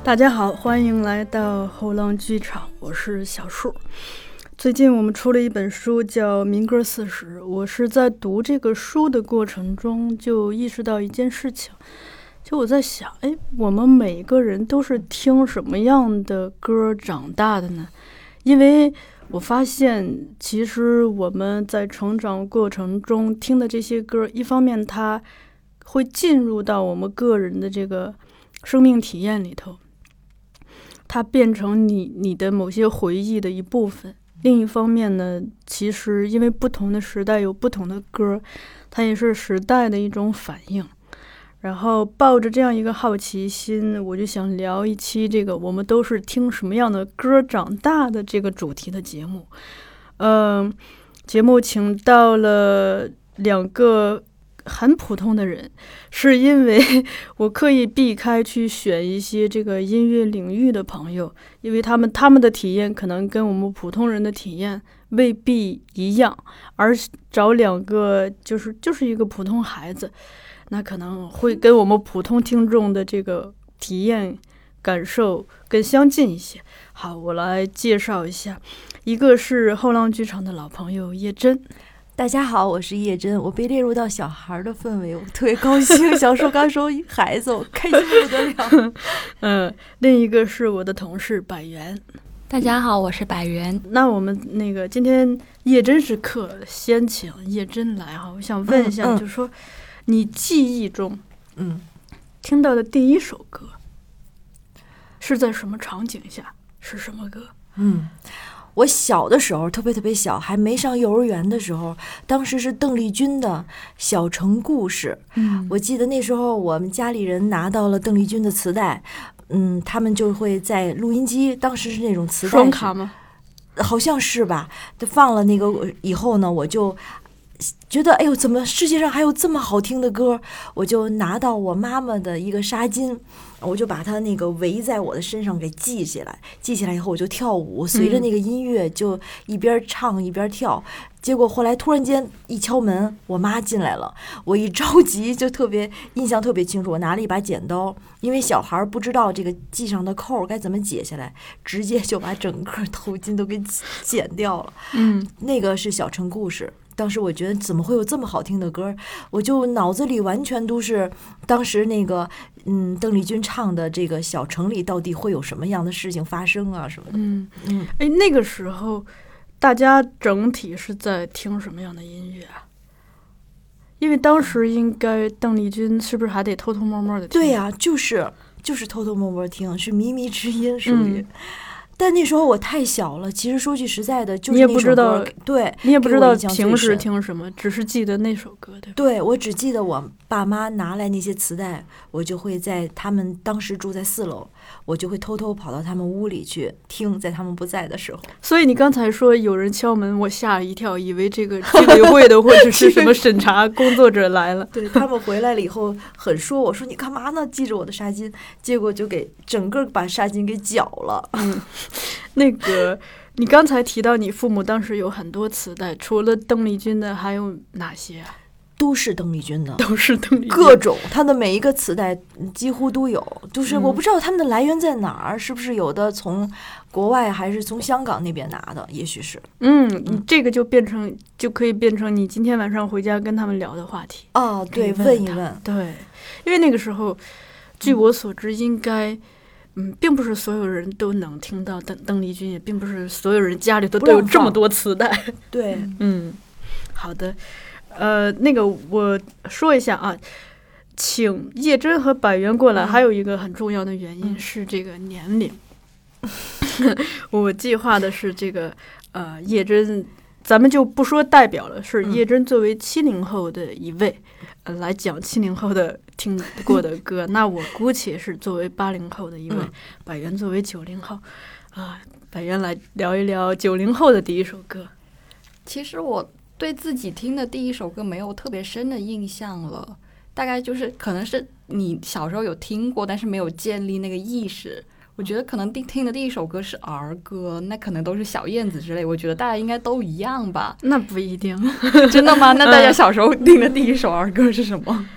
大家好，欢迎来到后浪剧场，我是小树。最近我们出了一本书叫《民歌40》，我是在读这个书的过程中就意识到一件事情，就我在想，我们每个人都是听什么样的歌长大的呢？因为我发现其实我们在成长过程中听的这些歌，一方面它会进入到我们个人的这个生命体验里头，它变成你的某些回忆的一部分。另一方面呢，其实因为不同的时代有不同的歌，它也是时代的一种反应。然后抱着这样一个好奇心，我就想聊一期这个我们都是听什么样的歌长大的这个主题的节目。节目请到了2个很普通的人，是因为我刻意避开去选一些这个音乐领域的朋友，因为他们的体验可能跟我们普通人的体验未必一样，而找2个就是一个普通孩子，那可能会跟我们普通听众的这个体验感受更相近一些。好，我来介绍一下，一个是后浪剧场的老朋友叶真。 大家好，我是叶真，我被列入到小孩的氛围，我特别高兴。小时候刚说孩子，我开心不得了。 另一个是我的同事百元。 大家好，我是百元。 那我们今天叶真是客，先请叶真来哈。我想问一下，就是说你记忆中，听到的第一首歌是在什么场景下？是什么歌？ 我小的时候特别小，还没上幼儿园的时候，当时是邓丽君的《小城故事》。我记得那时候我们家里人拿到了邓丽君的磁带，他们就会在录音机，当时是那种磁带双卡吗？ 好像是吧。放了那个以后呢，我就觉得，哎呦，怎么世界上还有这么好听的歌？我就拿到我妈妈的一个纱巾，我就把它那个围在我的身上给系起来。系起来以后，我就跳舞，随着那个音乐就一边唱一边跳。结果后来突然间一敲门，我妈进来了，我一着急就印象特别清楚，我拿了一把剪刀，因为小孩不知道这个系上的扣该怎么解下来，直接就把整个头巾都给剪掉了。那个是《小城故事》。当时我觉得怎么会有这么好听的歌，我就脑子里完全都是当时那个邓丽君唱的这个小城里到底会有什么样的事情发生啊什么的。 那个时候大家整体是在听什么样的音乐啊？因为当时应该邓丽君是不是还得偷偷摸摸的听？ 对呀，就是偷偷摸摸听，是靡靡之音属于。但那时候我太小了，其实说句实在的，就是那首歌， 你也不知道， 对， 你也不知道平时听什么，只是记得那首歌，对吧？ 对，我只记得我爸妈拿来那些磁带，我就会在他们当时住在4楼，我就会偷偷跑到他们屋里去听，在他们不在的时候。 所以你刚才说有人敲门，我吓了一跳，以为这个居委会的或者是什么审查工作者来了。 对，他们回来了以后很说我说你干嘛呢？系着我的纱巾，结果就给整个把纱巾给绞了。 那个你刚才提到你父母当时有很多磁带，除了邓丽君的还有哪些啊？ 都是邓丽君的， 都是邓丽君， 各种，他的每一个磁带几乎都有，就是我不知道他们的来源在哪儿，是不是有的从国外还是从香港那边拿的，也许是。 这个就可以变成你今天晚上回家跟他们聊的话题。 对，问一问。 对，因为那个时候，据我所知，应该。并不是所有人都能听到邓丽君，也并不是所有人家里都有这么多磁带。 对， 好的，那个我说一下啊，请叶真和百元过来，还有一个很重要的原因是这个年龄。我计划的是这个叶真，咱们就不说代表了，是叶真作为70后的一位。来讲70后的听过的歌，那我姑且是作为80后的一位，百元作为90后，百元来聊一聊90后的第一首歌。 其实我对自己听的第一首歌没有特别深的印象了，大概就是可能是你小时候有听过，但是没有建立那个意识。我觉得可能听的第一首歌是儿歌，那可能都是小燕子之类，我觉得大家应该都一样吧。 那不一定。 真的吗？那大家小时候听的第一首儿歌是什么？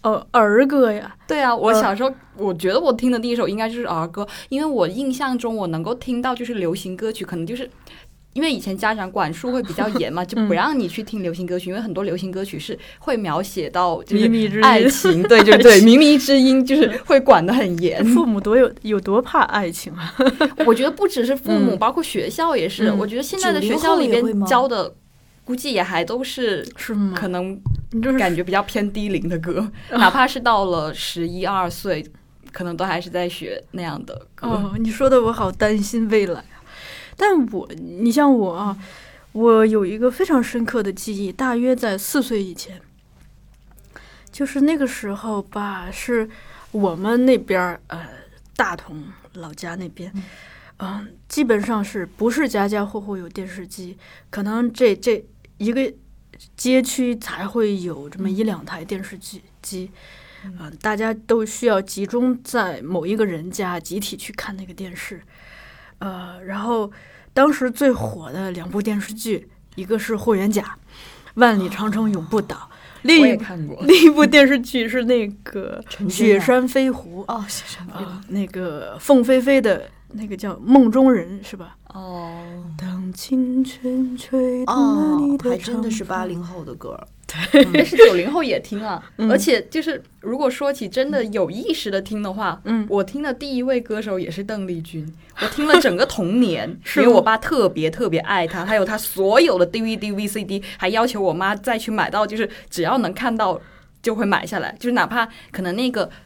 儿歌呀。 对啊，我小时候我觉得我听的第一首应该就是儿歌，因为我印象中我能够听到就是流行歌曲，可能就是因为以前家长管束会比较严嘛，就不让你去听流行歌曲，因为很多流行歌曲是会描写到就是爱情，对对对，靡靡之音就是会管得很严。 父母有多怕爱情啊？ 我觉得不只是父母，包括学校也是。我觉得现在的学校里边教的，估计也还都是吗？ 可能就是感觉比较偏低龄的歌，哪怕是到了11、12岁，可能都还是在学那样的歌。 哦，你说的我好担心未来。但你像我啊，我有一个非常深刻的记忆，大约在4岁以前，就是那个时候吧，是我们那边大同老家那边，基本上是不是家家户户有电视机，可能这一个街区才会有这么1、2台电视机，大家都需要集中在某一个人家集体去看那个电视。然后当时最火的2部电视剧，一个是《霍元甲》，万里长城永不倒，另一部电视剧是那个《雪山飞狐》 雪山飞狐， 那个凤飞飞的那个叫《梦中人》是吧？当清泉吹动了你的还真的是80后的歌。 但是90后也听啊，而且就是如果说起真的有意识的听的话，我听的第一位歌手也是邓丽君，我听了整个童年，因为我爸特别特别爱她，还有她所有的 DVD、VCD， 还要求我妈再去买到，就是只要能看到就会买下来，就是哪怕可能那个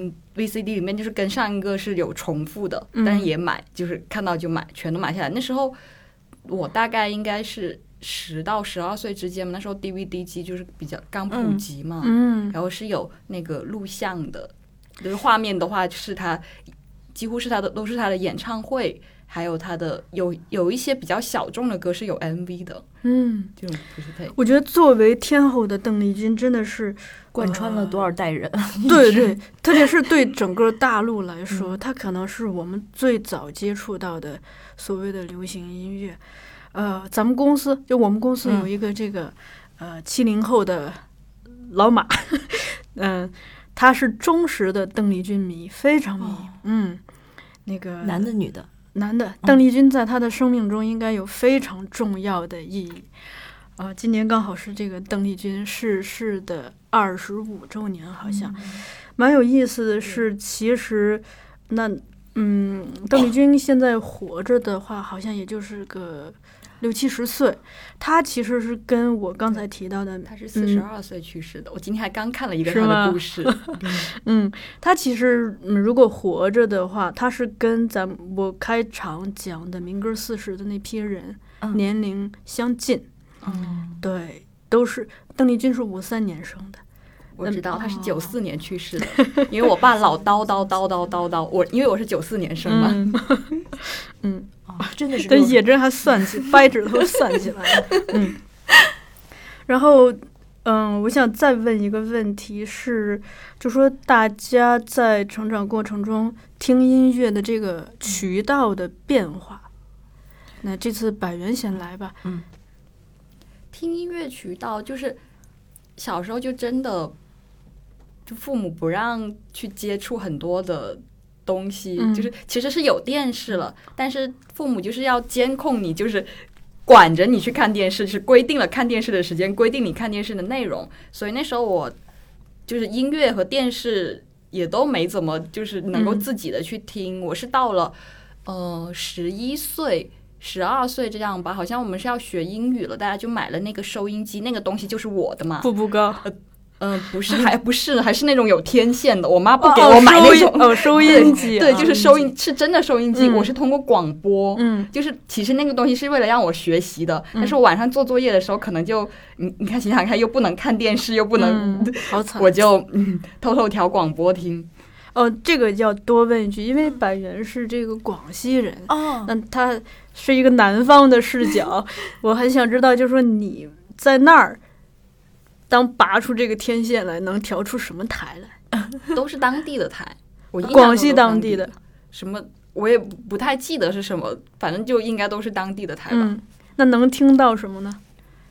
VCD 里面就是跟上一个是有重复的，但是也买，就是看到就买，全都买下来。那时候我大概应该是10到12岁之间嘛，那时候 DVD 机就是比较刚普及嘛，然后是有那个录像的，就是画面的话是他几乎是他的都是他的演唱会，还有他的有一些比较小众的歌是有 MV 的，就不是太。 我觉得作为天后的邓丽君真的是贯穿了多少代人？ 对对，特别是对整个大陆来说，她可能是我们最早接触到的所谓的流行音乐。咱们公司就我们公司有一个这个70后的老马，他是忠实的邓丽君迷，非常迷。那个男的女的？ 男的。邓丽君在他的生命中应该有非常重要的意义。今年刚好是这个邓丽君逝世的25周年，好像蛮有意思的是，其实邓丽君现在活着的话，好像也就是个60、70岁，他其实是跟我刚才提到的， 他是42岁去世的。我今天还刚看了一个他的故事。 他其实如果活着的话，他是跟我开场讲的民歌40的那批人年龄相近。对，都是邓丽君是53年生的。 我知道他是94年去世的，因为我爸老叨叨，因为我是94年生嘛。 真的是。 这眼针还算起，掰指头算起来了。然后，我想再问一个问题是，就说大家在成长过程中听音乐的这个渠道的变化。那这次百元先来吧。 听音乐渠道就是小时候就真的，就父母不让去接触很多的东西，就是其实是有电视了，但是父母就是要监控你，就是管着你去看电视，是规定了看电视的时间，规定你看电视的内容。所以那时候我就是音乐和电视也都没怎么就是能够自己的去听。我是到了11岁12岁这样吧，好像我们是要学英语了，大家就买了那个收音机，那个东西就是我的嘛。 步步高。 不是，还是那种有天线的。我妈不给我买那种收音机。 对，就是是真的收音机。我是通过广播，就是其实那个东西是为了让我学习的。但是我晚上做作业的时候，可能就你看想想看，又不能看电视，又不能， 好惨。 我就偷偷调广播听。 这个要多问一句，因为百元是这个广西人，那他是一个南方的视角，我很想知道，就是说你在那儿。当拔出这个天线来，能调出什么台来？ 都是当地的台， 广西当地的， 什么我也不太记得是什么，反正就应该都是当地的台吧。 那能听到什么呢？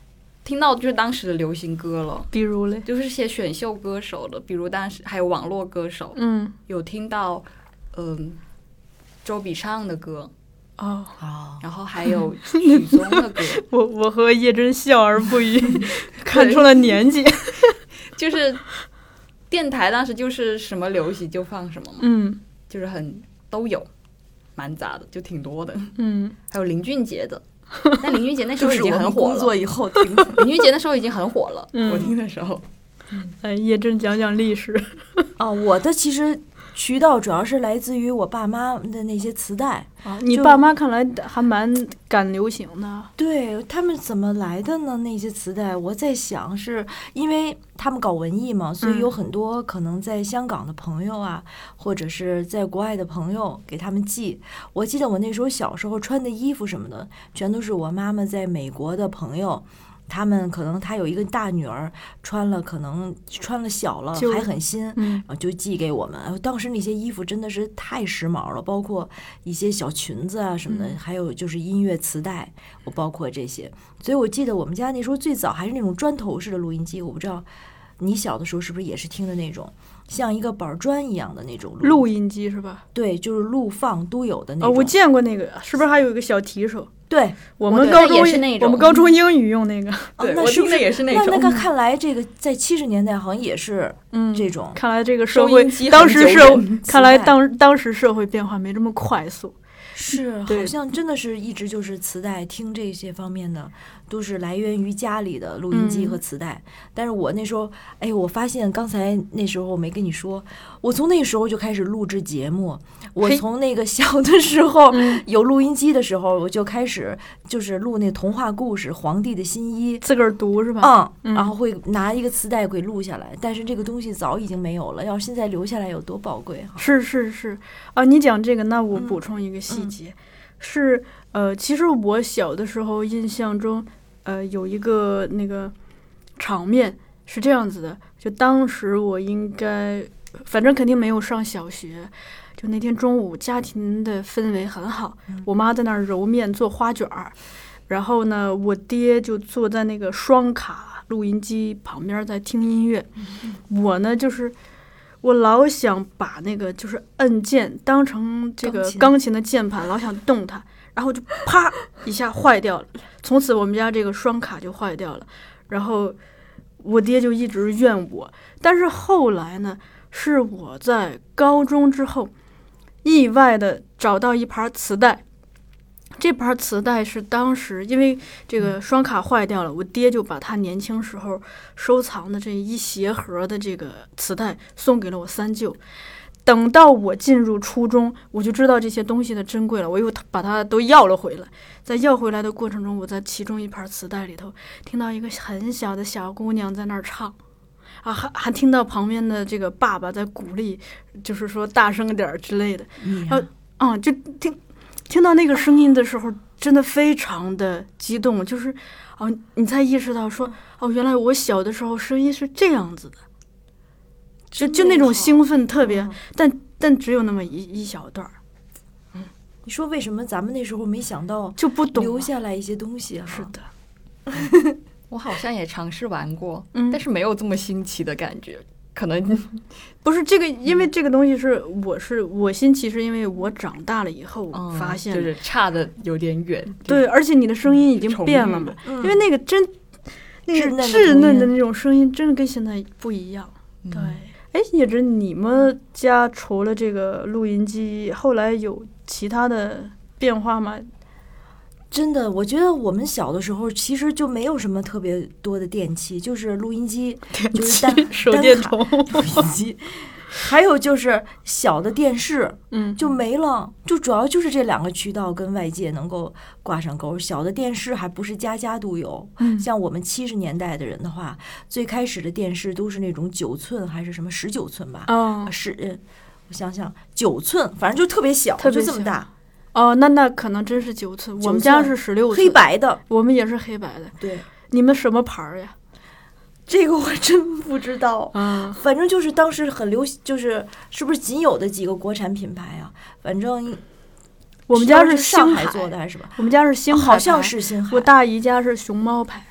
听到就是当时的流行歌了， 比如嘞， 就是些选秀歌手的，比如当时还有网络歌手，有听到周笔畅的歌。然后还有许嵩的歌。 我和叶真笑而不语，看出了年纪。 就是电台当时就是什么流行就放什么嘛，就是都有，蛮杂的，就挺多的。还有林俊杰的，但林俊杰那时候已经很火了。 工作以后听， 林俊杰那时候已经很火了，我听的时候。 叶真讲讲历史。 我的其实渠道主要是来自于我爸妈的那些磁带。 你爸妈看来还蛮赶流行的。 对，他们怎么来的呢？那些磁带，我在想，是因为他们搞文艺嘛，所以有很多可能在香港的朋友啊，或者是在国外的朋友给他们寄。我记得我那时候小时候穿的衣服什么的，全都是我妈妈在美国的朋友。他们可能他有一个大女儿可能穿了小了还很新，然后就寄给我们。当时那些衣服真的是太时髦了，包括一些小裙子啊什么的，还有就是音乐磁带，我包括这些。所以我记得我们家那时候最早还是那种砖头式的录音机，我不知道你小的时候是不是也是听的那种像一个板砖一样的那种录音机是吧？ 对，就是录放都有的那种。 我见过那个，是不是还有一个小提手？ 对， 我们高中英语用那个。 对，我听的也是那种。 那个看来这个在70年代好像也是这种。 看来这个社会当时社会变化没这么快速。 是，好像真的是一直就是磁带听这些方面的，都是来源于家里的录音机和磁带。但是我那时候，我发现刚才那时候我没跟你说，我从那时候就开始录制节目。我从那个小的时候有录音机的时候，我就开始就是录那童话故事《皇帝的新衣》， 自个儿读是吧？ 然后会拿一个磁带给录下来。但是这个东西早已经没有了，要现在留下来有多宝贵哈！ 是啊，你讲这个，那我补充一个细节。是其实我小的时候印象中，有一个那个场面是这样子的，就当时我应该，反正肯定没有上小学，就那天中午家庭的氛围很好，我妈在那儿揉面做花卷儿，然后呢，我爹就坐在那个双卡录音机旁边在听音乐，我呢就是我老想把那个就是按键当成这个钢琴的键盘，老想动它，然后就啪一下坏掉了。从此我们家这个双卡就坏掉了。然后我爹就一直怨我，但是后来呢，是我在高中之后意外的找到一盘磁带。这盘磁带是当时因为这个双卡坏掉了，我爹就把他年轻时候收藏的这一鞋盒的这个磁带送给了我三舅。等到我进入初中，我就知道这些东西的珍贵了，我又把它都要了回来。在要回来的过程中，我在其中一盘磁带里头听到一个很小的小姑娘在那儿唱啊，还听到旁边的这个爸爸在鼓励，就是说大声点之类的。然后就听到那个声音的时候，真的非常的激动，就是你才意识到说原来我小的时候声音是这样子的，就那种兴奋特别，但只有那么一小段。 你说为什么咱们那时候没想到就不懂留下来一些东西啊？ 是的， 我好像也尝试玩过，但是没有这么新奇的感觉。可能不是这个，因为这个东西我新奇，是因为我长大了以后发现， 就是差的有点远。 对，而且你的声音已经变了嘛，因为那个稚嫩的那种声音，真的跟现在不一样。对，叶真，你们家除了这个录音机，后来有其他的变化吗？ 真的，我觉得我们小的时候其实就没有什么特别多的电器，就是录音机，就是手电筒录音机，还有就是小的电视，就没了。就主要就是这两个渠道跟外界能够挂上钩。小的电视还不是家家都有，像我们70年代的人的话，最开始的电视都是那种9寸还是什么19寸吧？我想想，9寸，反正就特别小，就这么大。 那可能真是9寸，我们家是16寸， 黑白的， 我们也是黑白的。 对， 你们什么牌呀？ 这个我真不知道。反正就是当时很流行，是不是仅有的几个国产品牌啊？反正我们家是上海做的还是吧？ 我们家是星海牌， 好像是星海。 我大姨家是熊猫牌。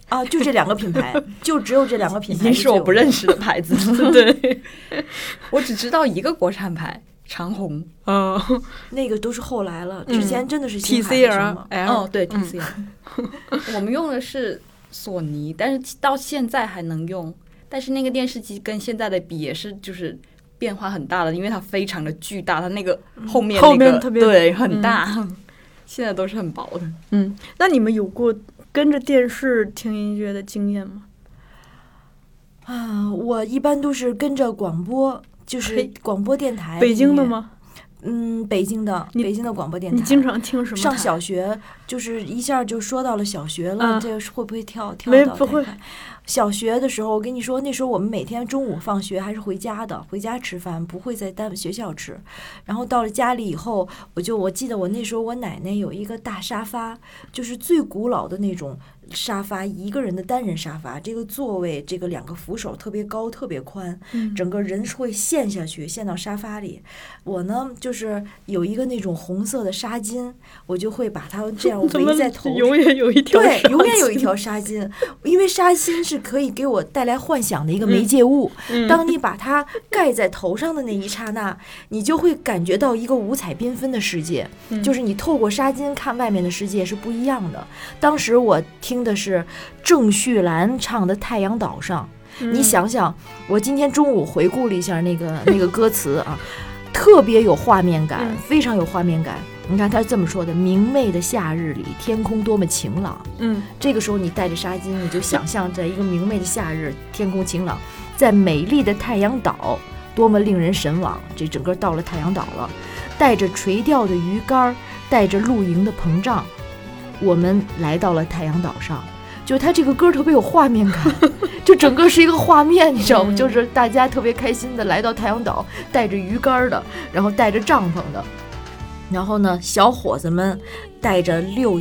啊，就这2个品牌，就只有这2个品牌， 已经是我不认识的牌子了。 对， 我只知道一个国产牌长虹， 那个都是后来了，之前真的是星海 TCL 的什么哦，对 TCL，我们用的是索尼，但是到现在还能用，但是那个电视机跟现在的比也是就是变化很大的，因为它非常的巨大，它那个后面那个特别对很大，现在都是很薄的。 那你们有过跟着电视听音乐的经验吗？ 啊，我一般都是跟着广播，就是广播电台。 北京的吗？ 北京的广播电台。 你经常听什么台？ 上小学就是一下就说到了小学了，这个会不会跳到？ 不会。 小学的时候，我跟你说，那时候我们每天中午放学还是回家吃饭，不会在学校吃。然后到了家里以后，我记得我那时候我奶奶有一个大沙发，就是最古老的那种沙发，一个人的单人沙发，这个座位这个2个扶手特别高特别宽，整个人会陷下去，陷到沙发里。我呢就是有一个那种红色的纱巾，我就会把它这样围在头上， 永远有一条对，永远有一条纱巾，因为纱巾是可以给我带来幻想的一个媒介物。当你把它盖在头上的那一刹那，你就会感觉到一个五彩缤纷的世界，就是你透过纱巾看外面的世界是不一样的。当时我听的是郑绪岚唱的《太阳岛上》，你想想，我今天中午回顾了一下那个歌词啊，特别有画面感，非常有画面感。你看他这么说的：明媚的夏日里，天空多么晴朗。这个时候你带着纱巾，你就想象在一个明媚的夏日，天空晴朗，在美丽的太阳岛，多么令人神往。这整个到了太阳岛了，带着垂钓的鱼竿，带着露营的膨胀，我们来到了太阳岛上。就他这个歌特别有画面感，就整个是一个画面，你知道吗？就是大家特别开心的来到太阳岛，带着鱼竿的，然后带着帐篷的。然后呢，小伙子们带着六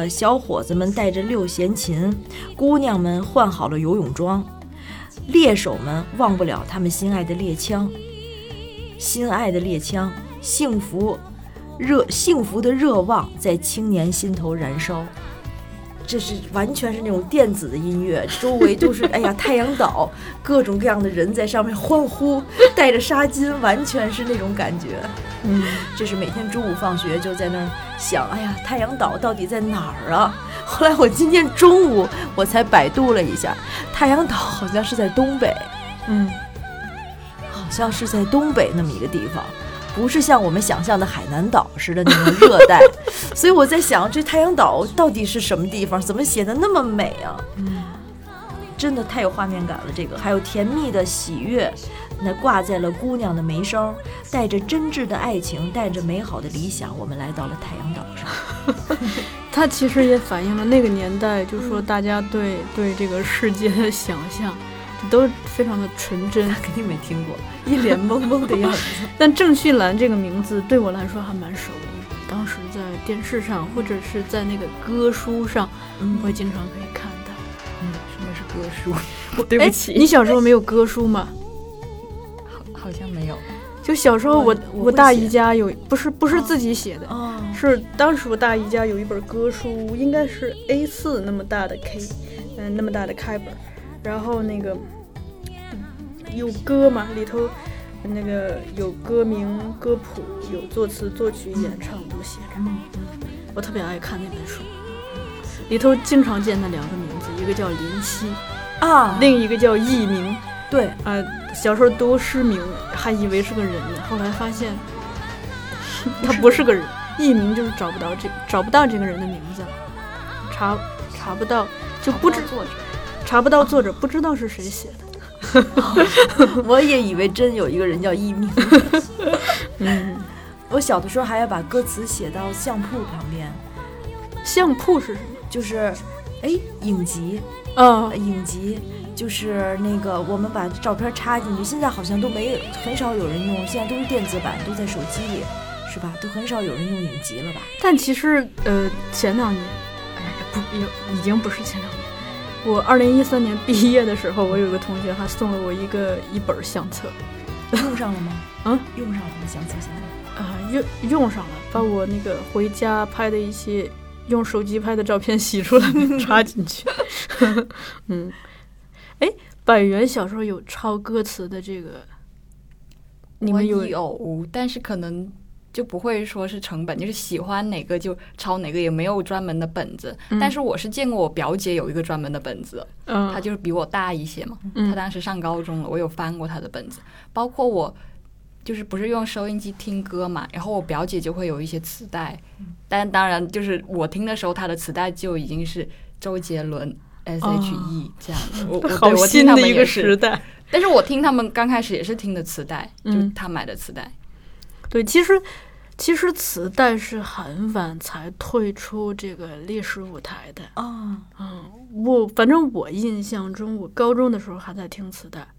弦琴，姑娘们换好了游泳装，猎手们忘不了他们心爱的猎枪，幸福的热望在青年心头燃烧。这是完全是那种电子的音乐，周围都是哎呀太阳岛，各种各样的人在上面欢呼，带着纱巾，完全是那种感觉。这是每天中午放学就在那儿想，哎呀太阳岛到底在哪儿啊？后来我今天中午我才百度了一下，太阳岛好像是在东北，好像是在东北那么一个地方。不是像我们想象的海南岛似的那种热带，所以我在想，这太阳岛到底是什么地方？怎么写的那么美啊？真的太有画面感了。这个还有甜蜜的喜悦，那挂在了姑娘的眉梢，带着真挚的爱情，带着美好的理想，我们来到了太阳岛上。 它其实也反映了那个年代，就是说大家对这个世界的想象。都非常的纯真， 肯定没听过，一脸懵懵的样子。 但郑绪岚这个名字对我来说还蛮熟的，当时在电视上或者是在那个歌书上，我经常可以看到。 什么是歌书？对不起， 你小时候没有歌书吗？ 好像没有。 就小时候我大姨家有，不是自己写的，是当时我大姨家有一本歌书，应该是 A4 那么大的 那么大的开本。然后那个有歌嘛，里头那个有歌名、歌谱，有作词、作曲、演唱都写着。我特别爱看那本书，里头经常见那2个名字，一个叫林夕啊， 另一个叫佚名。 对小时候读诗名，还以为是个人呢，后来发现他不是个人，佚名就是找不到这个人的名字，查不到，就不知作者。查不到作者，不知道是谁写的。 我也以为真有一个人叫佚名。我小的时候还要把歌词写到相簿旁边。 相簿是什么？ 就是影集影集就是那个我们把照片插进去，现在好像都很少有人用，现在都是电子版，都在手机里，是吧？都很少有人用影集了吧？ 但其实前2年，已经不是前2年。我2013年毕业的时候，我有个同学还送了我一本相册。 用上了吗？用上了吗？相册现在用上了，把我那个回家拍的一些用手机拍的照片洗出来插进去。百元小时候有抄歌词的这个，你们有，但是可能就不会说是成本，就是喜欢哪个就抄哪个，也没有专门的本子。但是我是见过我表姐有一个专门的本子，她就是比我大一些嘛，她当时上高中了，我有翻过她的本子。包括我就是不是用收音机听歌嘛，然后我表姐就会有一些磁带，但当然就是我听的时候，她的磁带就已经是周杰伦、S.H.E 这样的。 好新的一个时代。 但是我听他们刚开始也是听的磁带，就是他买的磁带。 对，其实磁带是很晚才退出这个历史舞台的。反正我印象中，我高中的时候还在听磁带。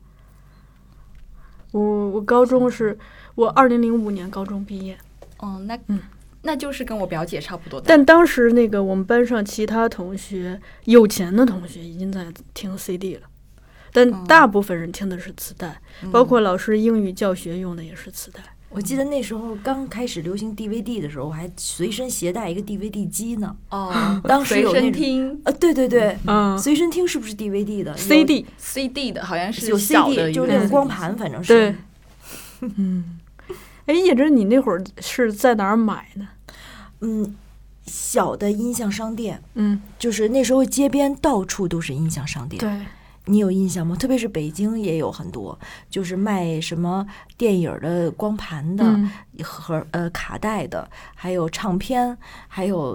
我高中是我2005年高中毕业。 那就是跟我表姐差不多的。 但当时那个我们班上其他同学，有钱的同学已经在听 CD 了，但大部分人听的是磁带，包括老师英语教学用的也是磁带。 我记得那时候刚开始流行 DVD 的时候，我还随身携带一个 DVD 机呢。当时有随身听。 对对对，随身听是不是 DVD 的 CD 的，好像是有小的 CD， 就是那种光盘，反正是。 对。叶芝，你那会儿是在哪儿买呢？ 小的音像商店。就是那时候街边到处都是音像商店。 对。 你有印象吗？特别是北京也有很多，就是卖什么电影的光盘的和卡带的，还有唱片，还有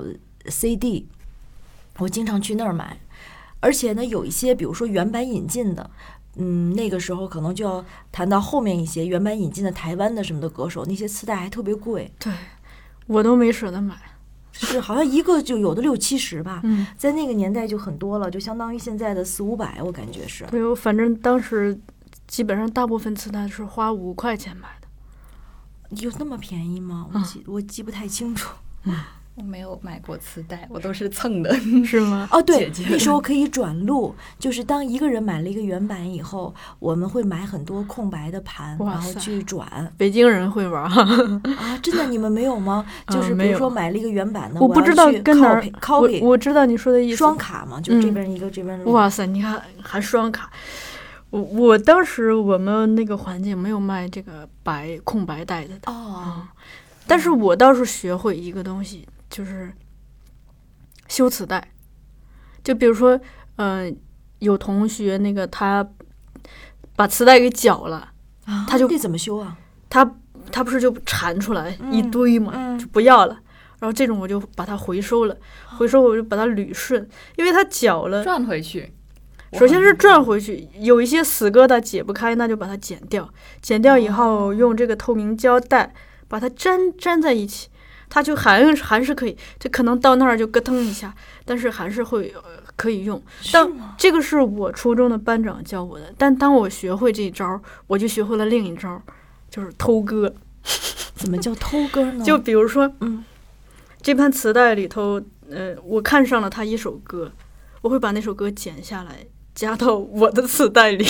CD。我经常去那儿买，而且呢，有一些比如说原版引进的，那个时候可能就要谈到后面一些原版引进的台湾的什么的歌手，那些磁带还特别贵。 对，我都没舍得买。 是，好像一个就有的60-70吧，在那个年代就很多了，就相当于现在的400-500，我感觉是。 对，我反正当时基本上大部分磁带是花5块钱买的。 有那么便宜吗？我记不太清楚。 我没有买过磁带，我都是蹭的。 是吗？ 对，那时候可以转录，就是当一个人买了一个原版以后，我们会买很多空白的盘，然后去转。 北京人会玩真的你们没有吗？就是比如说买了一个原版的， 我不知道跟哪儿 copy。 我知道你说的意思。 双卡嘛，就这边一个，这边。 哇塞，你看还双卡。我当时我们那个环境没有卖这个空白带的。但是我倒是学会一个东西。就是修磁带，就比如说，有同学那个他把磁带给绞了，他就这怎么修啊？ 他不是就铲出来一堆嘛，就不要了。然后这种我就把它回收了，我就把它捋顺，因为它绞了转回去。 首先是转回去，有一些死疙瘩解不开，那就把它剪掉。剪掉以后，用这个透明胶带把它粘在一起。它就还是可以，就可能到那儿就咯腾一下，但是还是会可以用。这个是我初中的班长教我的，但当我学会这一招，我就学会了另一招，就是偷歌。 怎么叫偷歌呢？ 就比如说，这盘磁带里头，我看上了他一首歌，我会把那首歌剪下来，加到我的磁带里。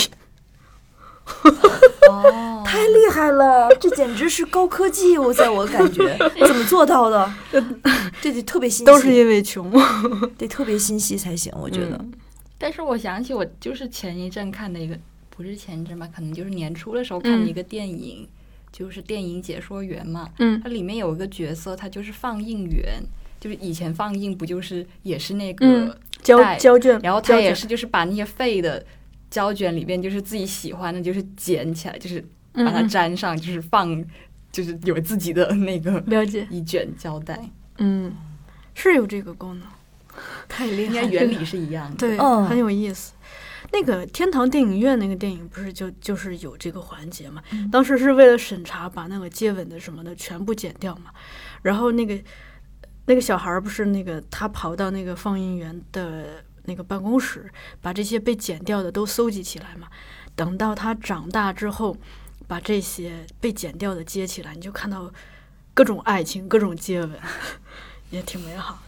太厉害了，这简直是高科技，在我感觉怎么做到的？这得特别心细， 都是因为穷， 得特别心细才行，我觉得。 但是我想起我就是前一阵看的一个，不是前一阵吧，可能就是年初的时候看的一个电影，就是电影解说员嘛，它里面有一个角色，他就是放映员，就是以前放映不就是也是那个胶卷， 然后他也是就是把那些废的胶卷里边就是自己喜欢的，就是捡起来，就是把它粘上，就是放，就是有自己的那个一卷胶带。 是有这个功能， 太厉害了， 应该原理是一样的。 对，很有意思。那个天堂电影院那个电影不是就是有这个环节嘛？当时是为了审查，把那个接吻的什么的全部剪掉嘛。然后那个小孩不是那个他跑到那个放映员的那个办公室，把这些被剪掉的都搜集起来嘛。等到他长大之后，把这些被剪掉的接起来，你就看到各种爱情，各种接吻，也挺美好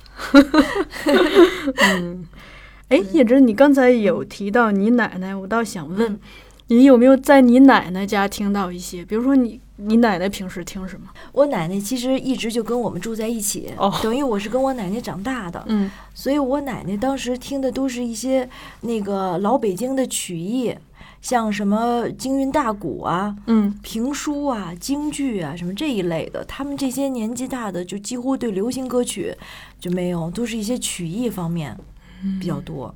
的。叶芝，你刚才有提到你奶奶，我倒想问，你有没有在你奶奶家听到一些，比如说你奶奶平时听什么？ 我奶奶其实一直就跟我们住在一起，等于我是跟我奶奶长大的。所以我奶奶当时听的都是一些那个老北京的曲艺，像什么京韵大鼓啊，评书啊，京剧啊，什么这一类的。他们这些年纪大的就几乎对流行歌曲就没有，都是一些曲艺方面比较多。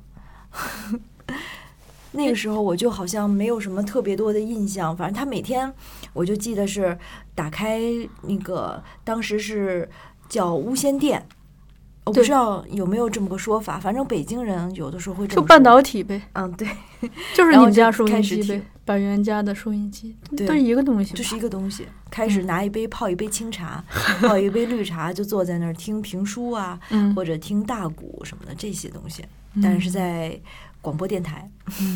那个时候我就好像没有什么特别多的印象，反正他每天我就记得是打开那个当时是叫无线电，我不知道有没有这么个说法，反正北京人有的时候会这么说， 就半导体呗。 对， 就是你们家收音机呗，百元家的收音机，都是一个东西， 就是一个东西。开始拿泡一杯清茶，泡一杯绿茶，就坐在那儿听评书啊，或者听大鼓什么的这些东西，但是在广播电台。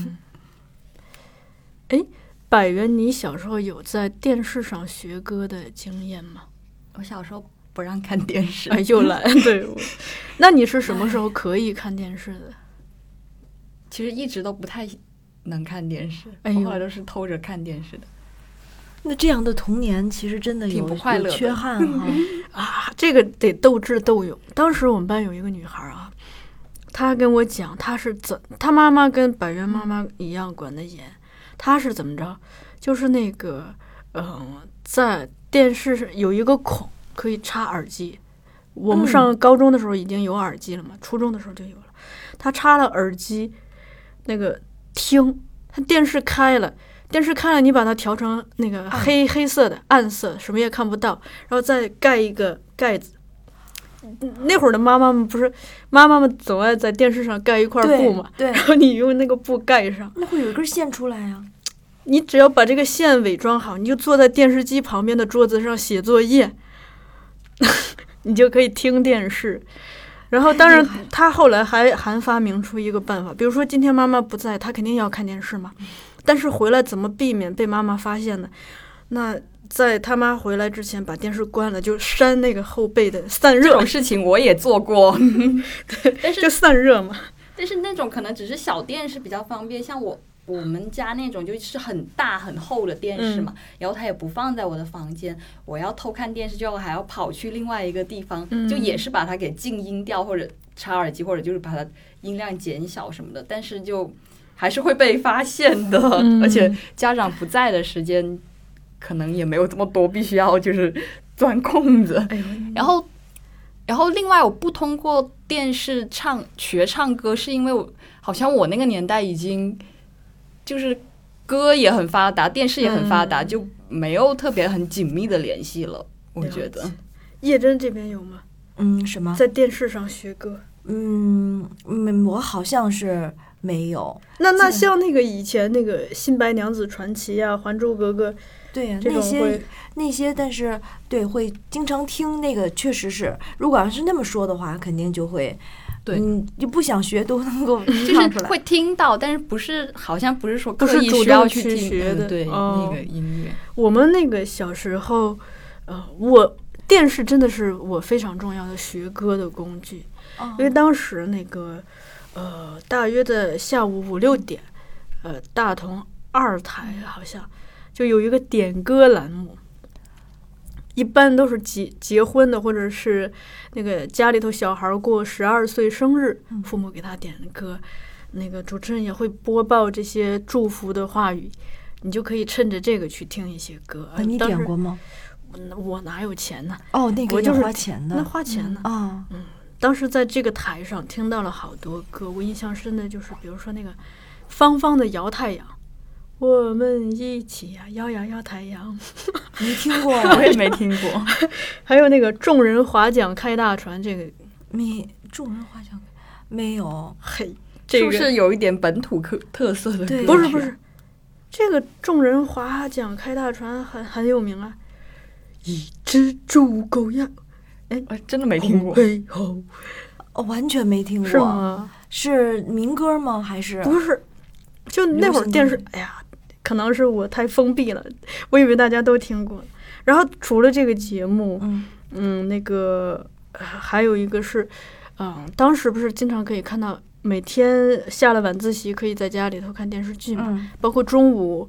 百元，你小时候有在电视上学歌的经验吗？ 我小时候不让看电视， 又来对。那你是什么时候可以看电视的？ 其实一直都不太能看电视，我后来都是偷着看电视的。 那这样的童年其实真的挺不快乐的， 有缺憾啊！这个得斗智斗勇。当时我们班有一个女孩啊，她跟我讲，她妈妈跟百元妈妈一样管得严。她是怎么着？就是那个在电视上有一个孔可以插耳机。我们上高中的时候已经有耳机了嘛，初中的时候就有了。她插了耳机，那个听，她电视开了，你把它调成那个黑色的暗色，什么也看不到，然后再盖一个盖子。那会儿的妈妈们总爱在电视上盖一块布嘛， 对， 然后你用那个布盖上， 那会有一根线出来啊。 你只要把这个线伪装好，你就坐在电视机旁边的桌子上写作业，你就可以听电视。然后当然他后来还发明出一个办法，比如说今天妈妈不在，他肯定要看电视嘛，但是回来怎么避免被妈妈发现呢？那在他妈回来之前把电视关了，就扇那个后背的散热。 这种事情我也做过对，但是就散热嘛。 但是那种可能只是小电视比较方便，像我们家那种就是很大很厚的电视嘛，然后它也不放在我的房间，我要偷看电视就还要跑去另外一个地方，就也是把它给静音掉，或者插耳机，或者就是把它音量减小什么的，但是就还是会被发现的，而且家长不在的时间可能也没有这么多，必须要就是钻空子。然后另外我不通过电视学唱歌，是因为好像我那个年代已经就是歌也很发达，电视也很发达，就没有特别很紧密的联系了。我觉得叶真这边有吗？ 什么？ 在电视上学歌？ 我好像是没有。 那像那个以前那个《新白娘子传奇》啊，《还珠格格》。 对呀，那些，但是对会经常听那个，确实是。如果要是那么说的话，肯定就会， 对， 你不想学都能够唱出来， 就是会听到，但是好像不是说刻意需要去学的， 对那个音乐。 我们那个小时候，电视真的是我非常重要的学歌的工具，因为当时那个大约的下午5、6点，大同2台好像。就有一个点歌栏目，一般都是结婚的，或者是那个家里头小孩过12岁生日，父母给他点歌，那个主持人也会播报这些祝福的话语，你就可以趁着这个去听一些歌。 你点过吗？ 我哪有钱呢？ 那个要花钱的， 那花钱呢？当时在这个台上听到了好多歌，我印象深的就是，比如说那个芳芳的《摇太阳》。我们一起呀，摇呀摇太阳。 没听过， 我也没听过。 还有那个众人划桨开大船，这个众人划桨没有。 嘿， 是不是有一点本土特色的歌？ 不是，这个众人划桨开大船很有名啊。一只猪狗呀， 真的没听过。 完全没听过。 是吗？ 是民歌吗？还是不是？就那会儿电视，可能是我太封闭了，我以为大家都听过。然后除了这个节目，那个还有一个是，当时不是经常可以看到，每天下了晚自习可以在家里头看电视剧嘛，包括中午，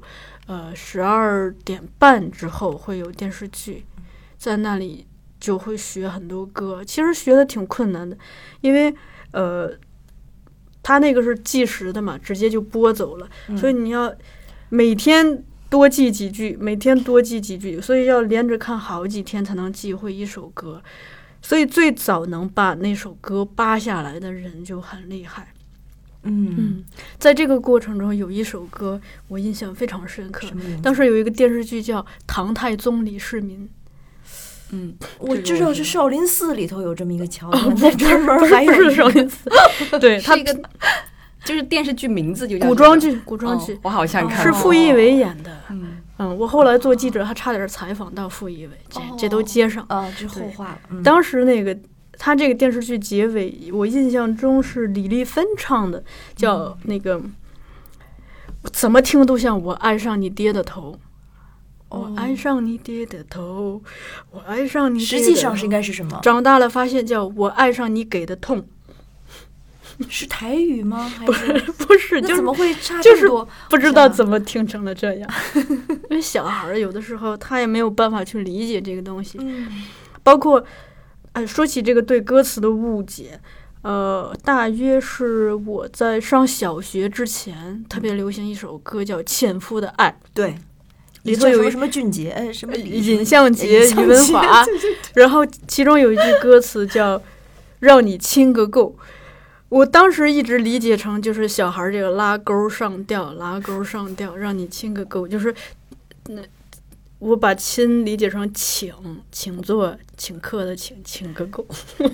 12点半之后会有电视剧，在那里就会学很多歌。其实学的挺困难的，因为他那个是计时的嘛，直接就播走了，所以你要每天多记几句，每天多记几句，所以要连着看好几天才能记会一首歌。所以最早能把那首歌扒下来的人就很厉害。在这个过程中有一首歌我印象非常深刻，当时有一个电视剧叫《唐太宗李世民》。 我知道是少林寺里头有这么一个桥段，在专门还有不是少林寺，对，它是一个就是电视剧名字就叫古装剧， 我好像看是过傅艺伟演的。我后来做记者还差点采访到傅艺伟，这都接上这后话了。 当时那个他这个电视剧结尾，我印象中是李丽芬唱的，叫那个怎么听都像我爱上你爹的头，我爱上你爹的头，我爱上你爹的头。 实际上是应该是什么？ 长大了发现叫我爱上你给的痛。 是台语吗？ 不是， 那怎么会差就是这么多？ 不知道怎么听成了这样。因为小孩有的时候他也没有办法去理解这个东西，包括说起这个对歌词的误解，大约是我在上小学之前特别流行一首歌叫《纤夫的爱》， 对， 里头有什么俊杰，什么尹相杰、于文华，然后其中有一句歌词叫“让你亲个够”。我当时一直理解成就是小孩这个拉钩上吊，拉钩上吊，让你亲个够，就是我把亲理解成请坐请客的请个够。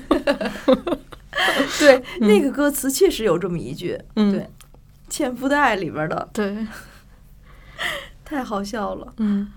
对，那个歌词确实有这么一句，对，《纤夫的爱》里边的， 对， 太好笑了。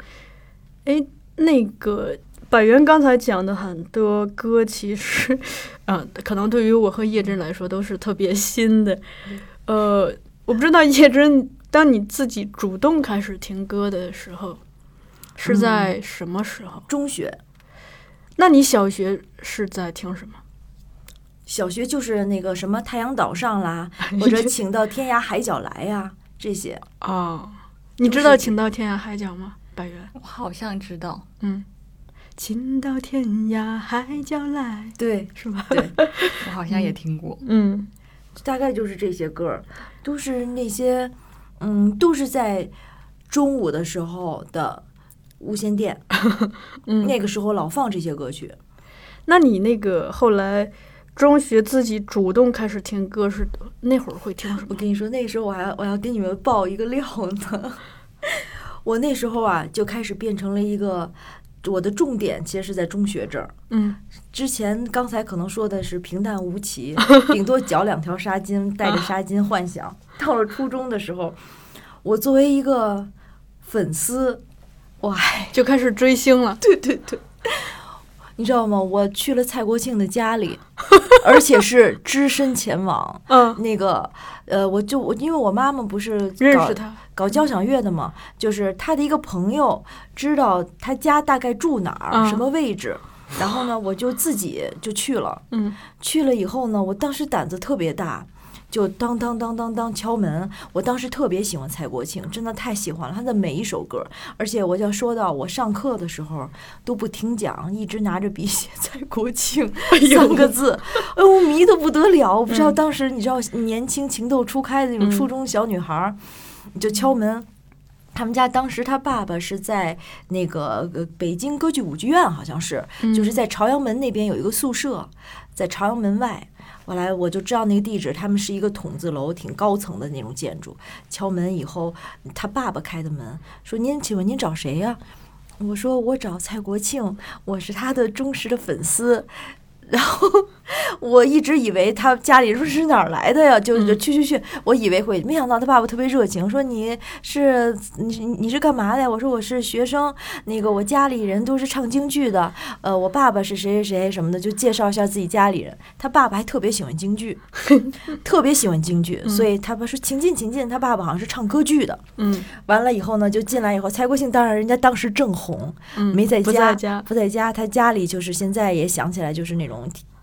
那个百元刚才讲的很多歌，其实可能对于我和叶真来说都是特别新的。我不知道叶真，当你自己主动开始听歌的时候，是在什么时候？ 中学。 那你小学是在听什么？ 小学就是那个什么太阳岛上啦，或者请到天涯海角来呀，这些。 你知道请到天涯海角吗？百元， 我好像知道。 请到天涯海角来， 对， 是吧？ 对， 我好像也听过。 大概就是这些歌，都是那些，都是在中午的时候的无线电，那个时候老放这些歌曲。 那你那个后来中学自己主动开始听歌是那会儿会听什么？ 我跟你说，那时候我要给你们爆一个料呢。我那时候就开始变成了一个。我的重点其实是在中学这儿。之前刚才可能说的是平淡无奇，顶多绞2条纱巾，带着纱巾幻想。到了初中的时候，我作为一个粉丝， 就开始追星了。 对，你知道吗？我去了蔡国庆的家里，而且是只身前往。那个我因为我妈妈不是认识他。 搞交响乐的嘛，就是他的一个朋友知道他家大概住哪儿，什么位置，然后呢，我就自己就去了。去了以后呢，我当时胆子特别大，就当敲门。我当时特别喜欢蔡国庆，真的太喜欢了他的每一首歌，而且我就要说到我上课的时候都不听讲，一直拿着笔写蔡国庆3个字，我迷得不得了。我不知道当时你知道年轻情窦初开的那种初中小女孩。就敲门，他们家当时他爸爸是在那个北京歌剧舞剧院，好像是，就是在朝阳门那边有一个宿舍，在朝阳门外。后来我就知道那个地址，他们是一个筒子楼，挺高层的那种建筑。敲门以后，他爸爸开的门，说：“请问您找谁呀？”我说：“我找蔡国庆，我是他的忠实的粉丝。”然后我一直以为他家里说是哪儿来的呀，就去，我以为会，没想到他爸爸特别热情，说你是干嘛的呀？我说我是学生，那个我家里人都是唱京剧的，我爸爸是谁什么的，就介绍一下自己家里人。他爸爸还特别喜欢京剧，特别喜欢京剧，所以他爸说请进，他爸爸好像是唱歌剧的。完了以后呢，就进来以后，蔡国庆当然人家当时正红，没在家，不在家，他家里就是现在也想起来就是那种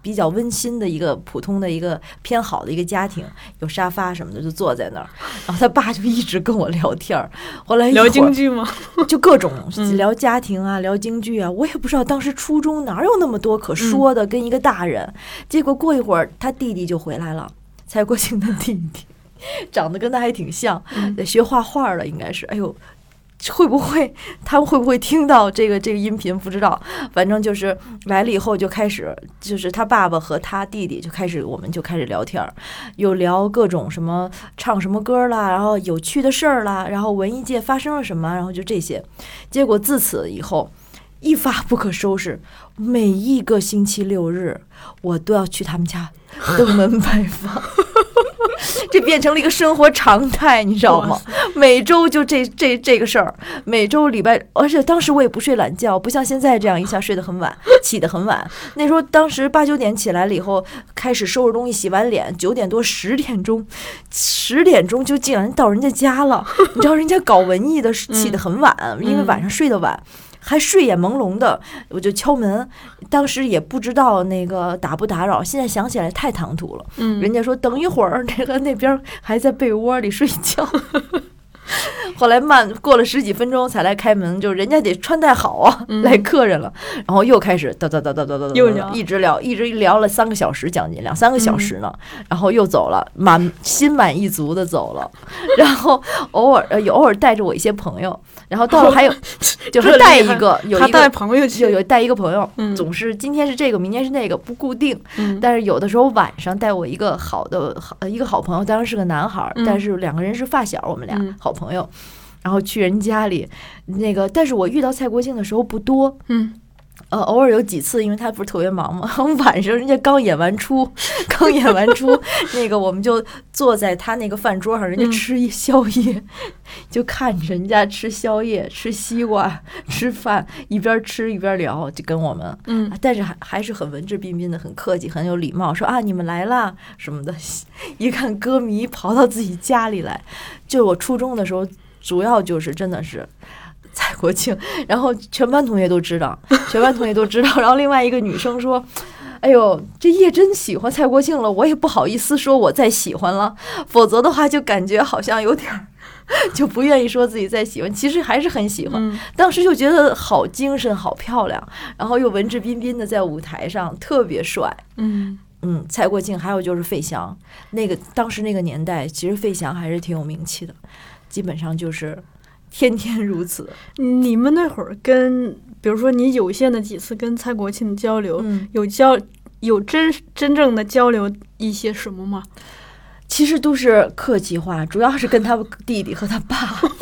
比较温馨的一个普通的一个偏好的一个家庭，有沙发什么的，就坐在那儿，然后他爸就一直跟我聊天儿。后来聊京剧吗？ 就各种聊家庭啊，聊京剧啊，我也不知道当时初中哪有那么多可说的，跟一个大人。结果过一会儿他弟弟就回来了，蔡国庆的弟弟，长得跟他还挺像，学画画的应该是。哎呦，他们会不会听到这个音频不知道，反正就是来了以后就开始，就是他爸爸和他弟弟我们就开始聊天，有聊各种什么唱什么歌啦，然后有趣的事儿啦，然后文艺界发生了什么，然后就这些。结果自此以后一发不可收拾，每一个星期六日我都要去他们家登门拜访。这变成了一个生活常态，你知道吗？每周就这个事儿，每周礼拜，而且当时我也不睡懒觉，不像现在这样一下睡得很晚，起得很晚。那时候当时8、9点起来了以后，开始收拾东西，洗完脸，9点多10点钟就竟然到人家家了。你知道人家搞文艺的起得很晚，因为晚上睡得晚。还睡眼朦胧的，我就敲门，当时也不知道那个打不打扰，现在想起来太唐突了。人家说等一会儿，那边还在被窝里睡觉。后来过了10几分钟才来开门，就人家得穿戴好啊，来客人了，然后又开始叨，一直聊了3个小时，将近2、3个小时呢，然后又走了，心满意足的走了，然后偶尔带着我一些朋友，然后到了还有就是带一个他带朋友去， 有带一个朋友，总是今天是这个，明天是那个，不固定，但是有的时候晚上带我一个好朋友，当然是个男孩，但是2个人是发小，我们俩好朋友。然后去人家里，但是我遇到蔡国庆的时候不多，偶尔有几次，因为他不是特别忙嘛，晚上人家刚演完出，我们就坐在他那个饭桌上，人家吃一宵夜，就看着人家吃宵夜，吃西瓜，吃饭，一边吃一边聊，就跟我们，但是还是很文质彬彬的，很客气，很有礼貌，说啊你们来啦什么的，一看歌迷跑到自己家里来，就我初中的时候，主要就是真的是。蔡国庆，然后全班同学都知道，然后另外一个女生说：“哎呦，这叶真喜欢蔡国庆了，我也不好意思说我再喜欢了，否则的话就感觉好像有点就不愿意说自己再喜欢，其实还是很喜欢。当时就觉得好精神，好漂亮，然后又文质彬彬的在舞台上，特别帅。蔡国庆还有就是费翔，当时那个年代，其实费翔还是挺有名气的，基本上就是。”天天如此。 你们那会儿比如说你有限的几次跟蔡国庆交流，有真正的交流一些什么吗？ 其实都是客气话，主要是跟他弟弟和他爸。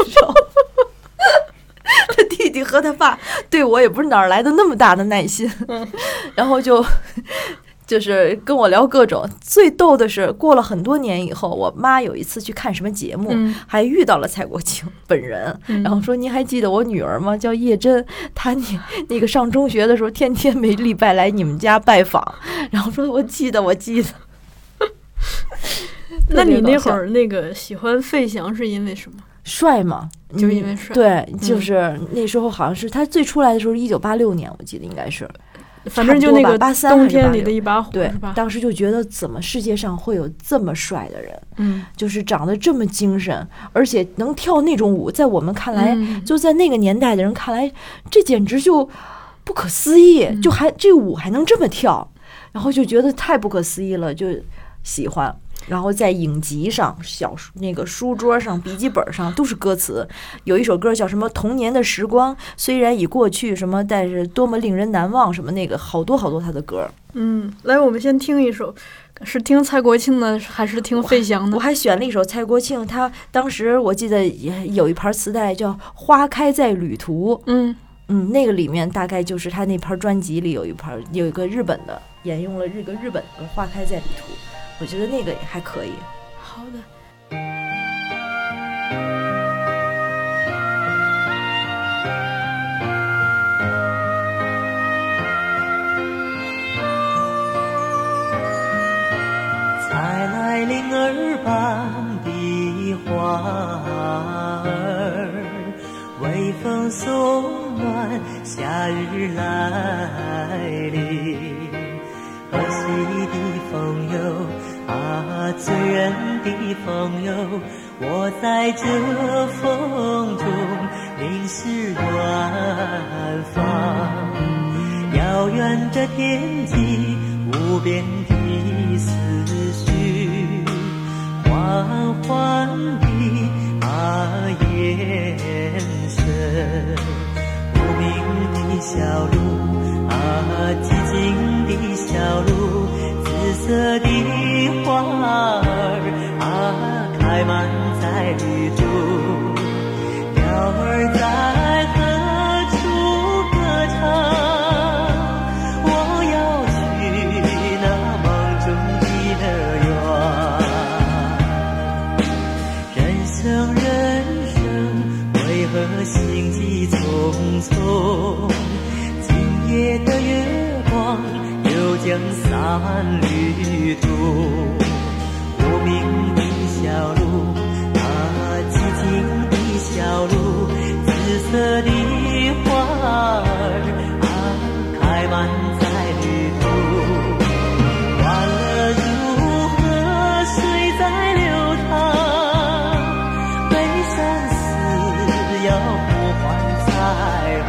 他弟弟和他爸对我也不是哪儿来的那么大的耐心，然后就是跟我聊各种。最逗的是，过了很多年以后，我妈有一次去看什么节目，还遇到了蔡国庆本人，然后说：“您还记得我女儿吗？叫叶真，她那个上中学的时候，天天每礼拜来你们家拜访。”然后说：“我记得。” 那你那会儿喜欢费翔是因为什么？ 帅嘛， 就因为帅。 对，就是那时候好像是他最出来的时候，1986年，我记得应该是。 反正就那个冬天里的一把火， 对是吧？ 当时就觉得怎么世界上会有这么帅的人，就是长得这么精神，而且能跳那种舞，在我们看来，就在那个年代的人看来，这简直就不可思议，就这舞还能这么跳，然后就觉得太不可思议了，就喜欢。然后在影集上、书桌上、笔记本上都是歌词。有一首歌叫什么“童年的时光虽然已过去”，什么但是多么令人难忘，什么好多他的歌。 来，我们先听一首，是听蔡国庆的还是听费翔的？ 我还选了一首蔡国庆，他当时我记得也有一盘磁带叫《花开在旅途》。那个里面大概就是他那盘专辑里有一个日本的，沿用了日本的《花开在旅途》。我觉得那个也还可以。 好的。 采来灵儿般的花儿，微风送暖夏日来临，和煦的朋友，我在这风中淋湿远方。遥远的天际，无边的思绪，缓缓地延伸。无名的小路寂静的小路，紫色的花儿开满在绿洲。鸟儿在何处歌唱？我要去那梦中的乐园。人生人生，为何心悸匆匆？今夜的月光又将散旅途。无名的小路寂静的小路，紫色的花儿开满在旅途。忘了如何水在流淌，悲伤死要呼唤彩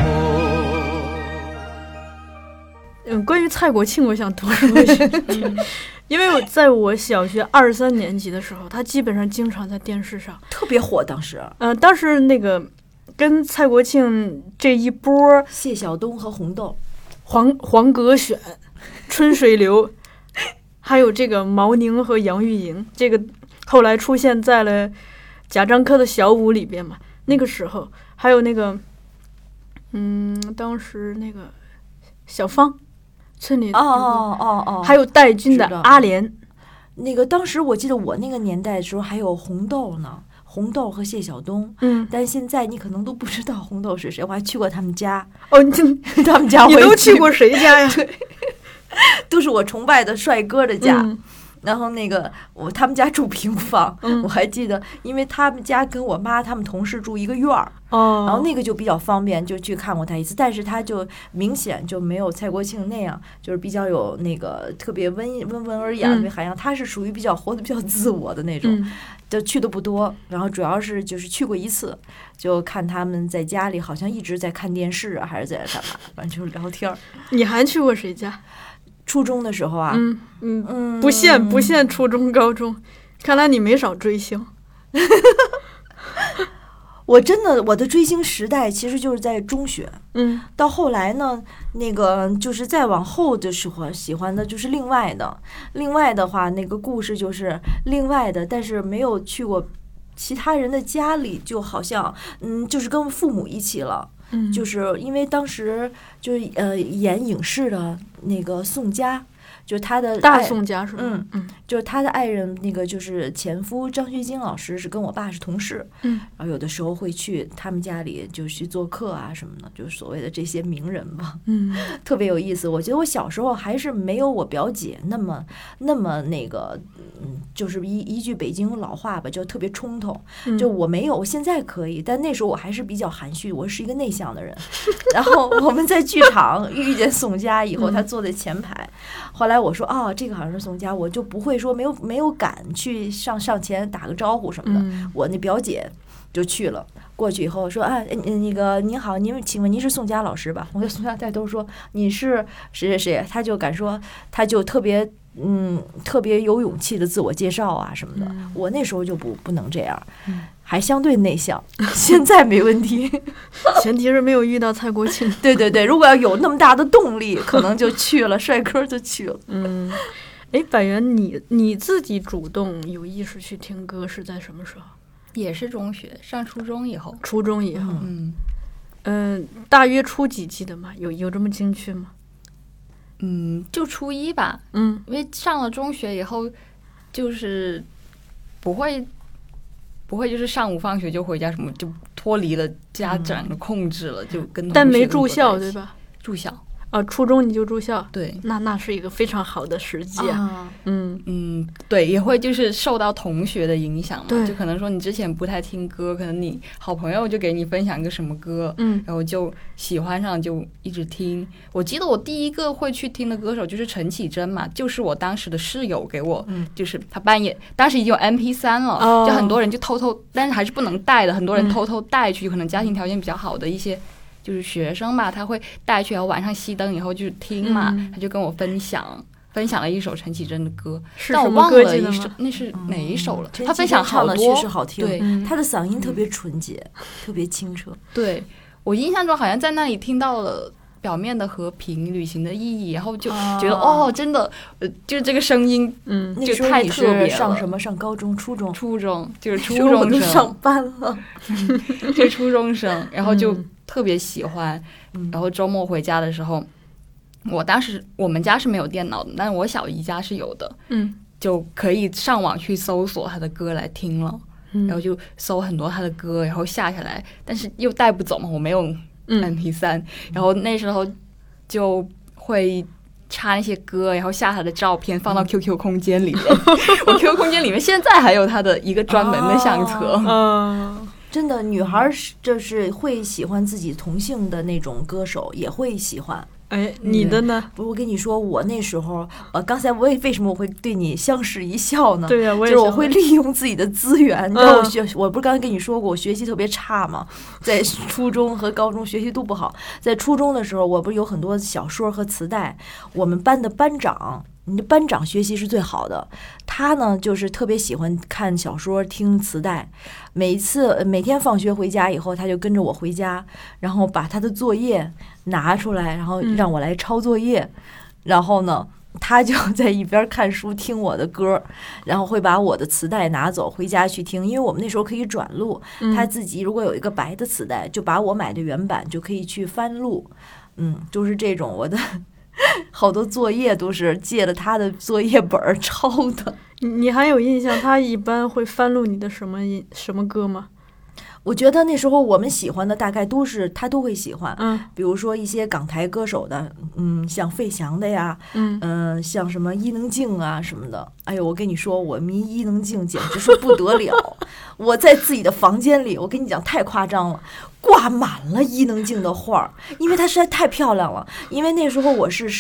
虹。 关于蔡国庆，我想多说一句，因为在我小学2、3年级的时候，他基本上经常在电视上， 特别火。当时当时那个跟蔡国庆这一波， 谢晓东和红豆、 黄格选、春水流，还有这个毛宁和杨钰莹，这个后来出现在了贾樟柯的小五里边嘛。那个时候还有那个，当时那个小芳。村里还有戴军的阿莲。 那个当时我记得我那个年代的时候还有红豆呢，红豆和谢晓东。但现在你可能都不知道红豆是谁，我还去过他们家。他们家你都去过谁家呀？ 对，都是我崇拜的帅哥的家。然后那个他们家住平房，我还记得，因为他们家跟我妈他们同事住一个院儿，然后那个就比较方便，就去看过他一次。但是他就明显就没有蔡国庆那样，就是比较有那个特别温文尔雅、特别涵养。他是属于比较活得比较自我的那种，就去的不多。然后主要是就是去过一次，就看他们在家里好像一直在看电视啊，还是在干嘛，反正就是聊天。 你还去过谁家？ 初中的时候啊， 不限初中高中，看来你没少追星。 我的追星时代其实就是在中学，到后来呢，那个就是再往后的时候喜欢的就是另外的话，那个故事就是另外的，但是没有去过其他人的家里，就好像就是跟父母一起了。就是因为当时就是演影视的那个宋佳，就是他的大宋佳是吗？ 就是他的爱人那个就是前夫张学晶老师是跟我爸是同事，然后有的时候会去他们家里就去做客啊什么的，就是所谓的这些名人吧，特别有意思。我觉得我小时候还是没有我表姐那么那个，就是一句北京老话吧，就特别冲突。就我没有，我现在可以，但那时候我还是比较含蓄，我是一个内向的人。然后我们在剧场遇见宋佳以后，他坐在前排，后来我说这个好像是宋佳，我就不会说没有敢去上前打个招呼什么的。我那表姐就去了，过去以后说那个您好，请问您是宋佳老师吧？我跟宋佳带头说你是谁谁谁，他就敢说，他就特别有勇气的自我介绍啊什么的。我那时候就不能这样，还相对内向，现在没问题。 前提是没有遇到蔡国庆。 对对对，如果要有那么大的动力，可能就去了，帅哥就去了。 百元，你自己主动有意识去听歌是在什么时候？ 也是中学，上初中以后。 初中以后，大约初几记得吗？有这么精确吗？ 就初一吧。因为上了中学以后，就是不会就是上午放学就回家什么，就脱离了家长的控制了，就跟同学但没住校对吧？ 住校。 初中你就住校， 对， 那是一个非常好的时机啊。 对，也会就是受到同学的影响嘛， 对就可能说你之前不太听歌，可能你好朋友就给你分享个什么歌，然后就喜欢上，就一直听。我记得我第一个会去听的歌手就是陈绮贞嘛，就是我当时的室友给我，就是他半夜当时已经有 MP3 了，就很多人就偷偷，但是还是不能带的，很多人偷偷带去，可能家庭条件比较好的一些。就是学生吧，他会带去，然后晚上熄灯以后就听嘛，他就跟我分享了一首陈绮贞的歌，但我忘了那是哪一首了。他分享好多， 确实好听， 对， 他的嗓音特别纯洁，特别清澈。 对，我印象中好像在那里听到了表面的和平、旅行的意义，然后就觉得真的，就是这个声音，就太特别了。 上什么？上高中、初中？ 初中就是初中生， 上班了， 就初中生，然后就特别喜欢。然后周末回家的时候，我们家是没有电脑的，但是我小姨家是有的，就可以上网去搜索她的歌来听了，然后就搜很多她的歌，然后下下来，但是又带不走嘛，我没有MP3，然后那时候就会插那些歌，然后下他的照片放到 QQ 空间里面。我 QQ 空间里面现在还有他的一个专门的相册。 真的，女孩就是会喜欢自己同性的那种歌手，也会喜欢。 哎，你的呢？ 不是，我跟你说，我那时候，刚才为什么我会对你相视一笑呢？ 对呀， 就是我会利用自己的资源。你知道我不是刚才跟你说过，我学习特别差吗？在初中和高中学习都不好。在初中的时候，我不是有很多小说和磁带，我们班的班长。你的班长学习是最好的，他呢就是特别喜欢看小说、听磁带。每天放学回家以后，他就跟着我回家，然后把他的作业拿出来，然后让我来抄作业。然后呢，他就在一边看书听我的歌，然后会把我的磁带拿走回家去听，因为我们那时候可以转录。他自己如果有一个白的磁带，就把我买的原版就可以去翻录。就是这种我的。好多作业都是借了他的作业本抄的。 你还有印象他一般会翻录你的什么歌吗？ 我觉得那时候我们喜欢的大概他都会喜欢，比如说一些港台歌手的，像费翔的呀，像什么伊能静啊什么的。哎呦，我跟你说，我迷伊能静简直是不得了。我在自己的房间里，我跟你讲太夸张了，挂满了伊能静的画，因为她实在太漂亮了。因为那时候我是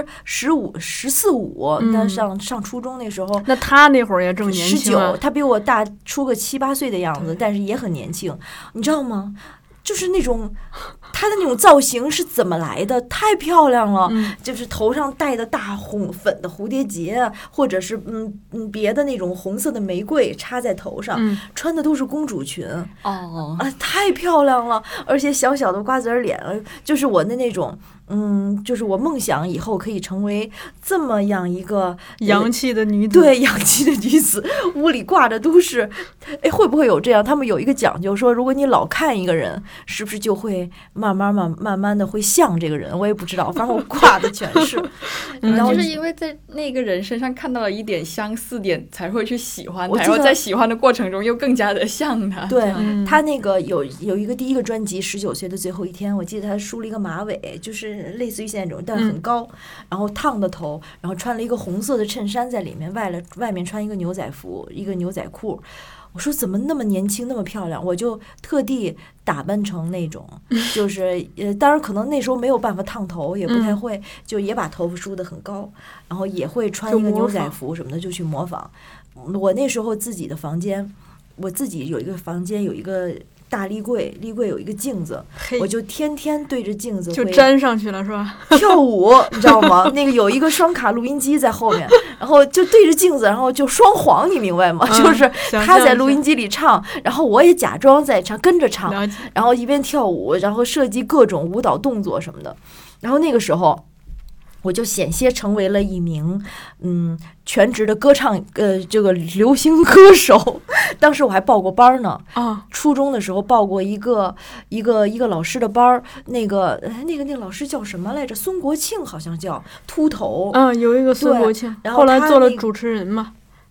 14、15，她上初中那时候， 那她那会儿也正年轻 ，19，她比我大出个7、8岁的样子，但是也很年轻，你知道吗？就是那种她的那种造型是怎么来的？太漂亮了，就是头上戴的大粉的蝴蝶结，或者是别的那种红色的玫瑰插在头上，穿的都是公主裙。太漂亮了，而且小小的瓜子脸，就是我的那种。就是我梦想以后可以成为这么样一个洋气的女子。 对，洋气的女子，屋里挂的都是。会不会有这样？他们有一个讲究，说如果你老看一个人，是不是就会慢慢的会像这个人？我也不知道，反正我挂的全是。 然后就是因为在那个人身上看到了一点相似点，才会去喜欢他，然后在喜欢的过程中又更加的像他。 对，他那个有一个第一个专辑《19岁的最后一天》，我记得他梳了一个马尾，就是类似于现在这种，但很高，然后烫的头，然后穿了一个红色的衬衫在里面，外面穿一个牛仔服，一个牛仔裤。我说怎么那么年轻那么漂亮，我就特地打扮成那种，就是当然可能那时候没有办法烫头，也不太会，就也把头发梳得很高，然后也会穿一个牛仔服什么的，就去模仿。我那时候自己的房间，我自己有一个房间，有一个大立柜有一个镜子，我就天天对着镜子就粘上去了是吧？ 跳舞，你知道吗？那个有一个双卡录音机在后面，然后就对着镜子，然后就双簧，你明白吗？就是他在录音机里唱，然后我也假装在唱，跟着唱，然后一边跳舞，然后设计各种舞蹈动作什么的。然后那个时候我就险些成为了一名全职的歌唱这个流行歌手。当时我还报过班呢，初中的时候报过一个老师的班，那个老师叫什么来着？孙国庆好像叫，秃头。 有一个孙国庆， 然后后来做了主持人嘛。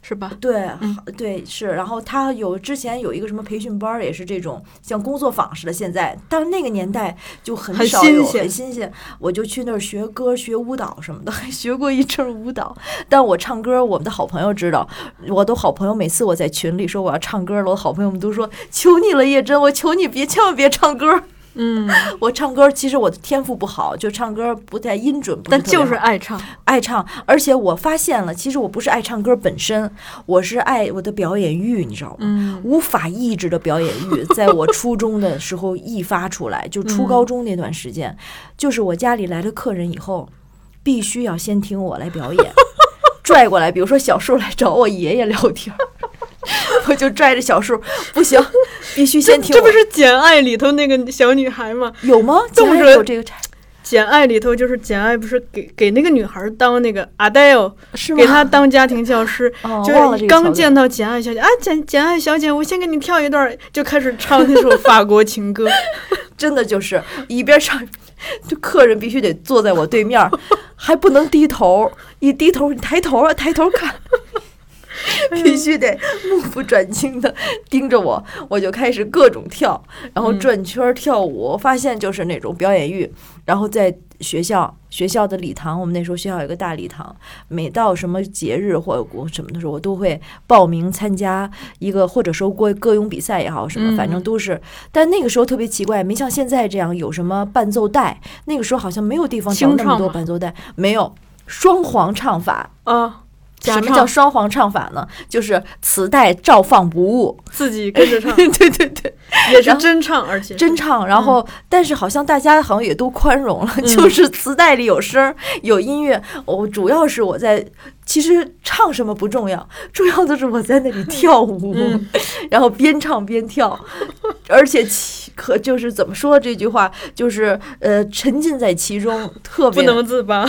是吧？ 对，对是。然后他之前有一个什么培训班，也是这种像工作坊似的。现在，但那个年代就很少有，很新鲜。我就去那儿学歌、学舞蹈什么的，还学过一阵舞蹈。但我唱歌，我们的好朋友知道，我的好朋友每次我在群里说我要唱歌了，我的好朋友们都说求你了，叶真，我求你千万别唱歌。我唱歌其实我的天赋不好，就唱歌不太音准， 但就是爱唱。 而且我发现了，其实我不是爱唱歌本身，我是爱我的表演欲，你知道吗？无法抑制的表演欲，在我初中的时候溢发出来，就初高中那段时间，就是我家里来了客人以后，必须要先听我来表演，拽过来，比如说小树来找我爷爷聊天。我就拽着小树，不行，必须先听我。 这不是《简爱》里头那个小女孩吗？ 有吗？ 这么有这个《 简爱》里头就是简爱，不是给那个女孩当那个Adele， 是吗？ 给她当家庭教师， 就是刚见到简爱小姐啊，简爱小姐，我先给你跳一段，就开始唱那首法国情歌， 真的就是一边唱，就客人必须得坐在我对面，还不能低头，一低头你抬头啊，抬头看。必须得目不转睛的盯着我，我就开始各种跳，然后转圈跳舞。我发现就是那种表演欲。然后在学校的礼堂，我们那时候学校有一个大礼堂，每到什么节日或者什么的时候，我都会报名参加一个，或者说过歌咏比赛也好什么，反正都是。但那个时候特别奇怪，没像现在这样有什么伴奏带，那个时候好像没有地方找那么多伴奏带，没有双簧唱法啊。什么叫双簧唱法呢？就是磁带照放不误， 自己跟着唱。 对对对， 也是真唱，而且真唱。然后，但是好像大家好像也都宽容了，就是磁带里有声有音乐。主要是我在，其实唱什么不重要，重要的是我在那里跳舞，然后边唱边跳，而且就是怎么说这句话，就是沉浸在其中，特别不能自拔。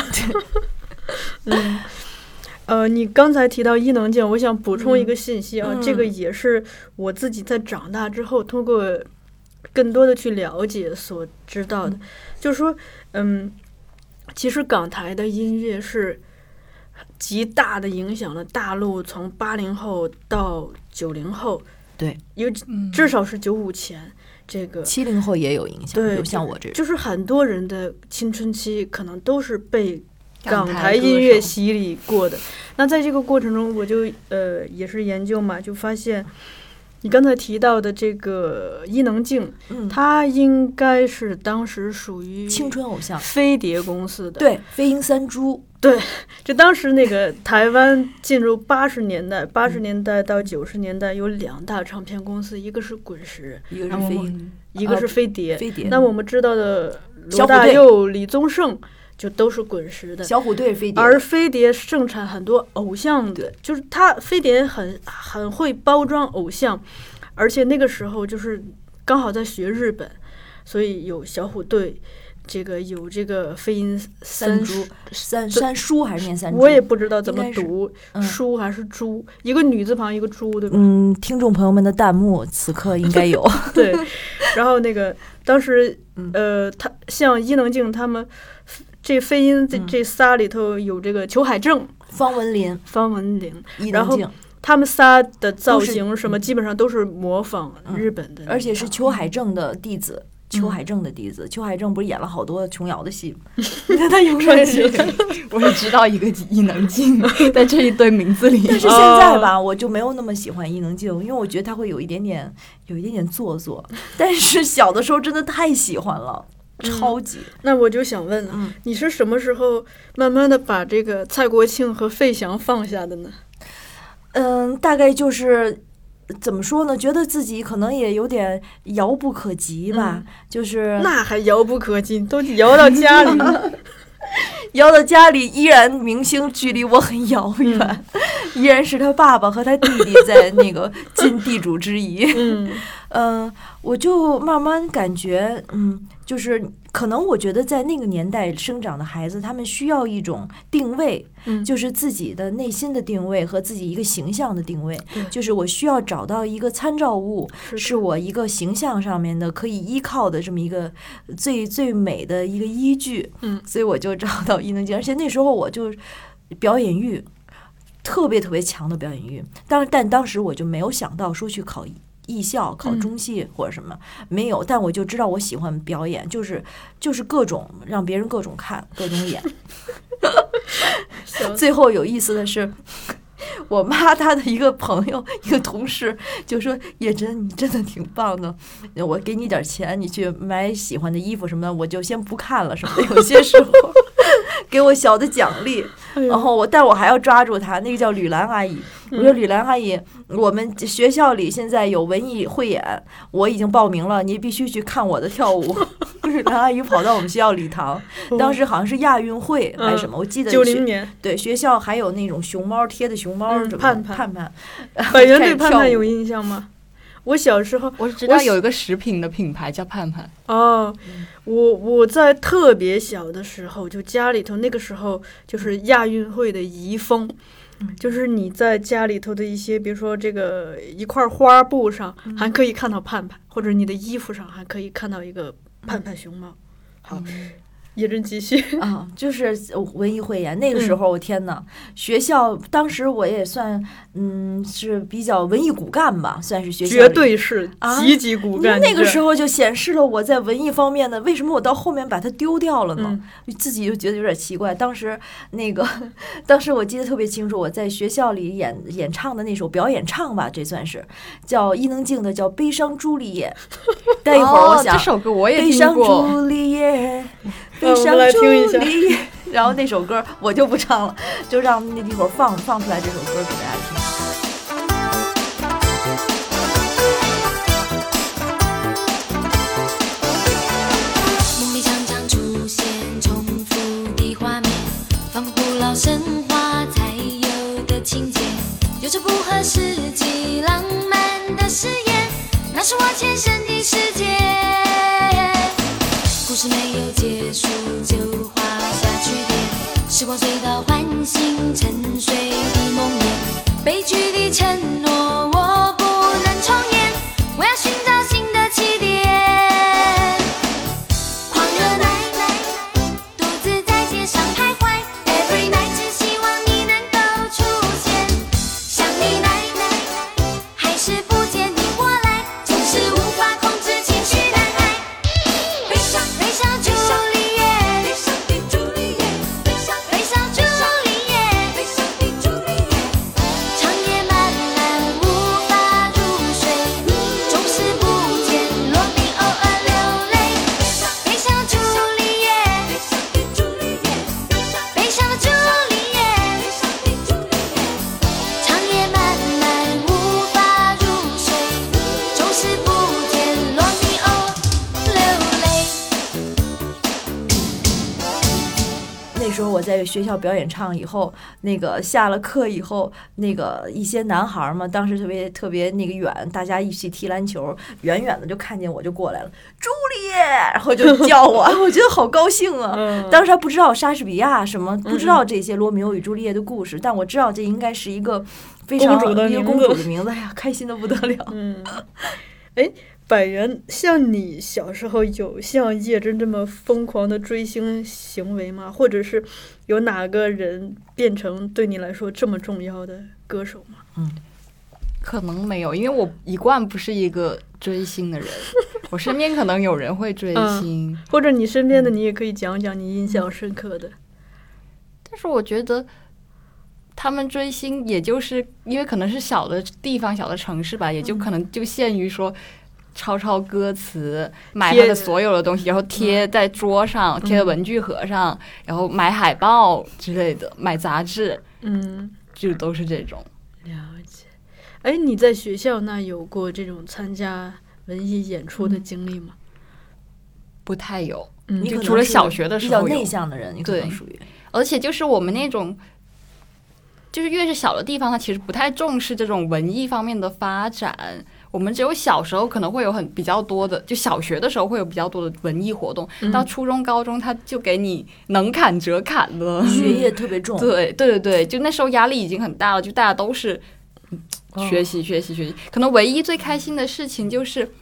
你刚才提到伊能静，我想补充一个信息啊，这个也是我自己在长大之后通过更多的去了解所知道的，就是说，其实港台的音乐是极大的影响了大陆从80后到90后， 对， 至少是95前。这个 70后也有影响，有像我这种， 就是很多人的青春期可能都是被港台音乐洗礼过的。那在这个过程中，我就也是研究嘛，就发现你刚才提到的这个伊能静，她应该是当时属于青春偶像飞碟公司的， 对，飞鹰三猪。 对，就当时那个台湾进入80年代，80年代到90年代有2大唱片公司，一个是滚石， 一个是飞鹰， 一个是飞碟。 飞碟。 那我们知道的罗大佑、李宗盛就都是滚石的。 小虎队飞碟。 而飞碟盛产很多偶像的，就是他飞碟很会包装偶像，而且那个时候就是刚好在学日本，所以有小虎队。有这个飞鹰三叔还是念三猪？ 我也不知道怎么读，叔还是猪？一个女字旁，一个猪，对吧？ 听众朋友们的弹幕此刻应该有。 对，然后那个当时他像伊能静他们这飞鹰这仨里头有这个裘海正、 方文琳， 然后他们仨的造型什么基本上都是模仿日本的， 而且是裘海正的弟子。裘海正不是演了好多琼瑶的戏吗？ 他有关系。我也知道一个伊能静，在这一堆名字里。 但是现在吧，我就没有那么喜欢伊能静，因为我觉得他会有一点点做作。但是小的时候真的太喜欢了，超级。 那我就想问了，你是什么时候慢慢的把这个蔡国庆和费翔放下的呢？ 大概就是。怎么说呢？觉得自己可能也有点遥不可及吧，就是那还遥不可及，都摇到家里了， 摇到家里依然明星距离我很遥远，依然是他爸爸和他弟弟在那个尽地主之谊。我就慢慢感觉，就是可能我觉得在那个年代生长的孩子，他们需要一种定位，就是自己的内心的定位和自己一个形象的定位，就是我需要找到一个参照物，是我一个形象上面的可以依靠的这么一个最美的一个依据。所以我就找到伊能静，而且那时候我就表演欲。 特别特别强的表演欲。但当时我就没有想到说去考艺校、考中戏或者什么，没有。但我就知道我喜欢表演，就是各种让别人各种看、各种演。最后有意思的是，我妈她的一个朋友、一个同事就说：“叶真，你真的挺棒的，我给你点钱，你去买喜欢的衣服什么的，我就先不看了什么的。”有些时候给我小的奖励，然后但我还要抓住她，那个叫吕兰阿姨。我说吕兰阿姨，我们学校里现在有文艺汇演，我已经报名了，你必须去看我的跳舞。吕兰阿姨跑到我们学校礼堂，当时好像是亚运会还是什么，我记得 90年， 对，学校还有那种熊猫贴的熊猫什么盼盼， 百元对盼盼有印象吗？我小时候我知道有一个食品的品牌叫盼盼。 哦，我在特别小的时候，就家里头那个时候就是亚运会的遗风，就是你在家里头的一些，比如说这个一块花布上还可以看到盼盼，或者你的衣服上还可以看到一个盼盼熊猫。好。叶真继续啊，就是文艺汇演那个时候，我天哪！学校当时我也算是比较文艺骨干吧，算是学校绝对是积极骨干。 那个时候就显示了我在文艺方面的，为什么我到后面把它丢掉了呢？自己就觉得有点奇怪。当时我记得特别清楚，我在学校里演唱的那首表演唱吧，这算是叫伊能静的，叫《悲伤朱丽叶》。待一会儿我想， 这首歌我也听过。 悲伤朱丽叶。悲伤朱丽叶，然后那首歌我就不唱了，就让那一会儿放出来这首歌给大家听。 梦里常常出现重复的画面，仿佛古老神话才有的情节，有着不合世纪浪漫的誓言，那是我前生的世界。故事没有结束就画下句点，时光隧道唤醒沉睡的梦魇，悲剧的承诺我不能重演，我要寻找新的起点。狂热奶独自在街上徘徊， Every night 只希望你能够出现，想你奶还是不见你过来，总是无法控制情绪难挨。悲伤朱丽叶，悲伤的朱丽叶，悲伤朱丽叶，悲伤的朱丽叶，长夜漫漫无法入睡，总是不见落笔偶尔流泪。悲伤朱丽叶，悲伤的朱丽叶，悲伤朱丽叶，悲伤的朱丽叶，长夜漫漫无法入睡，总是不见落笔偶流泪。 那时候我在学校表演唱以后，那个下了课以后，那个一些男孩嘛，当时特别那个远，大家一起踢篮球，远远的就看见我就过来了，朱丽叶，然后就叫我，我觉得好高兴啊！当时还不知道莎士比亚什么，不知道这些罗密欧与朱丽叶的故事，但我知道这应该是一个非常一个公主的名字，哎呀，开心的不得了。 百元，像你小时候有像叶真这么疯狂的追星行为吗？或者是有哪个人变成对你来说这么重要的歌手吗？ 可能没有，因为我一贯不是一个追星的人。我身边可能有人会追星， 或者你身边的你也可以讲讲你印象深刻的。 但是我觉得他们追星，也就是因为可能是小的地方、小的城市吧，也就可能就限于说抄歌词，买他的所有的东西，然后贴在桌上，贴在文具盒上，然后买海报之类的，买杂志，就都是这种。 了解。哎，你在学校那有过这种参加文艺演出的经历吗？ 不太有， 你就除了小学的时候有。 比较内向的人，你可能属于。 而且就是我们那种，就是越是小的地方，它其实不太重视这种文艺方面的发展。我们只有小时候可能会有比较多的，就小学的时候会有比较多的文艺活动，到初中、高中他就给你能砍则砍了， 学业特别重。 对，就那时候压力已经很大了，就大家都是学习。可能唯一最开心的事情就是，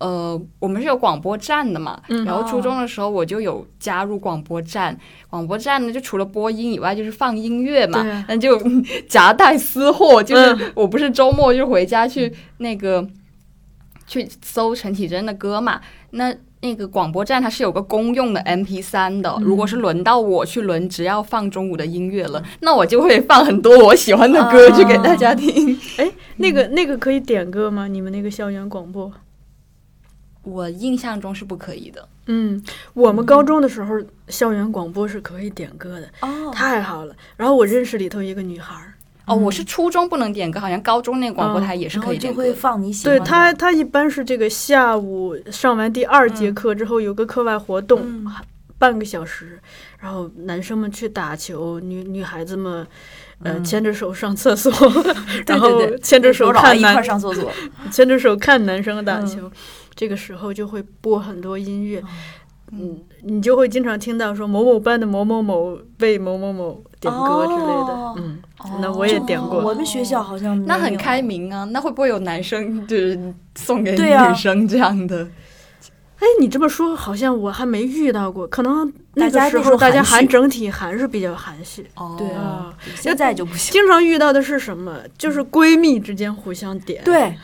我们是有广播站的嘛， 嗯然后初中的时候我就有加入广播站。广播站呢，就除了播音以外，就是放音乐嘛对， 那就夹带私货，就是我不是周末就回家去去搜陈绮贞的歌嘛，那个广播站它是有个公用的 MP3 的，如果是轮到我去轮，只要放中午的音乐了，那我就会放很多我喜欢的歌去给大家听。 哎，那个可以点歌吗？你们那个校园广播？ 我印象中是不可以的。 我们高中的时候，校园广播是可以点歌的，太好了。然后我认识里头一个女孩儿， 我是初中不能点歌，好像高中那个广播台也是然后就可以点歌的。 会放你喜欢对的。 她一般是这个下午上完第2节课之后有个课外活动，半个小时，然后男生们去打球，女孩子们牵着手上厕所，然后对对对牵着手看一块儿上厕所。 牵着手看男生打球，这个时候就会播很多音乐，你就会经常听到说某某班的某某某为某某某点歌之类的，那我也点过。 我们学校好像那很没有开明啊，那会不会有男生就是送给对啊女生这样的？ 哎，你这么说好像我还没遇到过，可能那个时大家那时候候大家含蓄整体还是比较含蓄。 对啊， 现在就不行。 经常遇到的是什么？就是闺蜜之间互相点。， 对，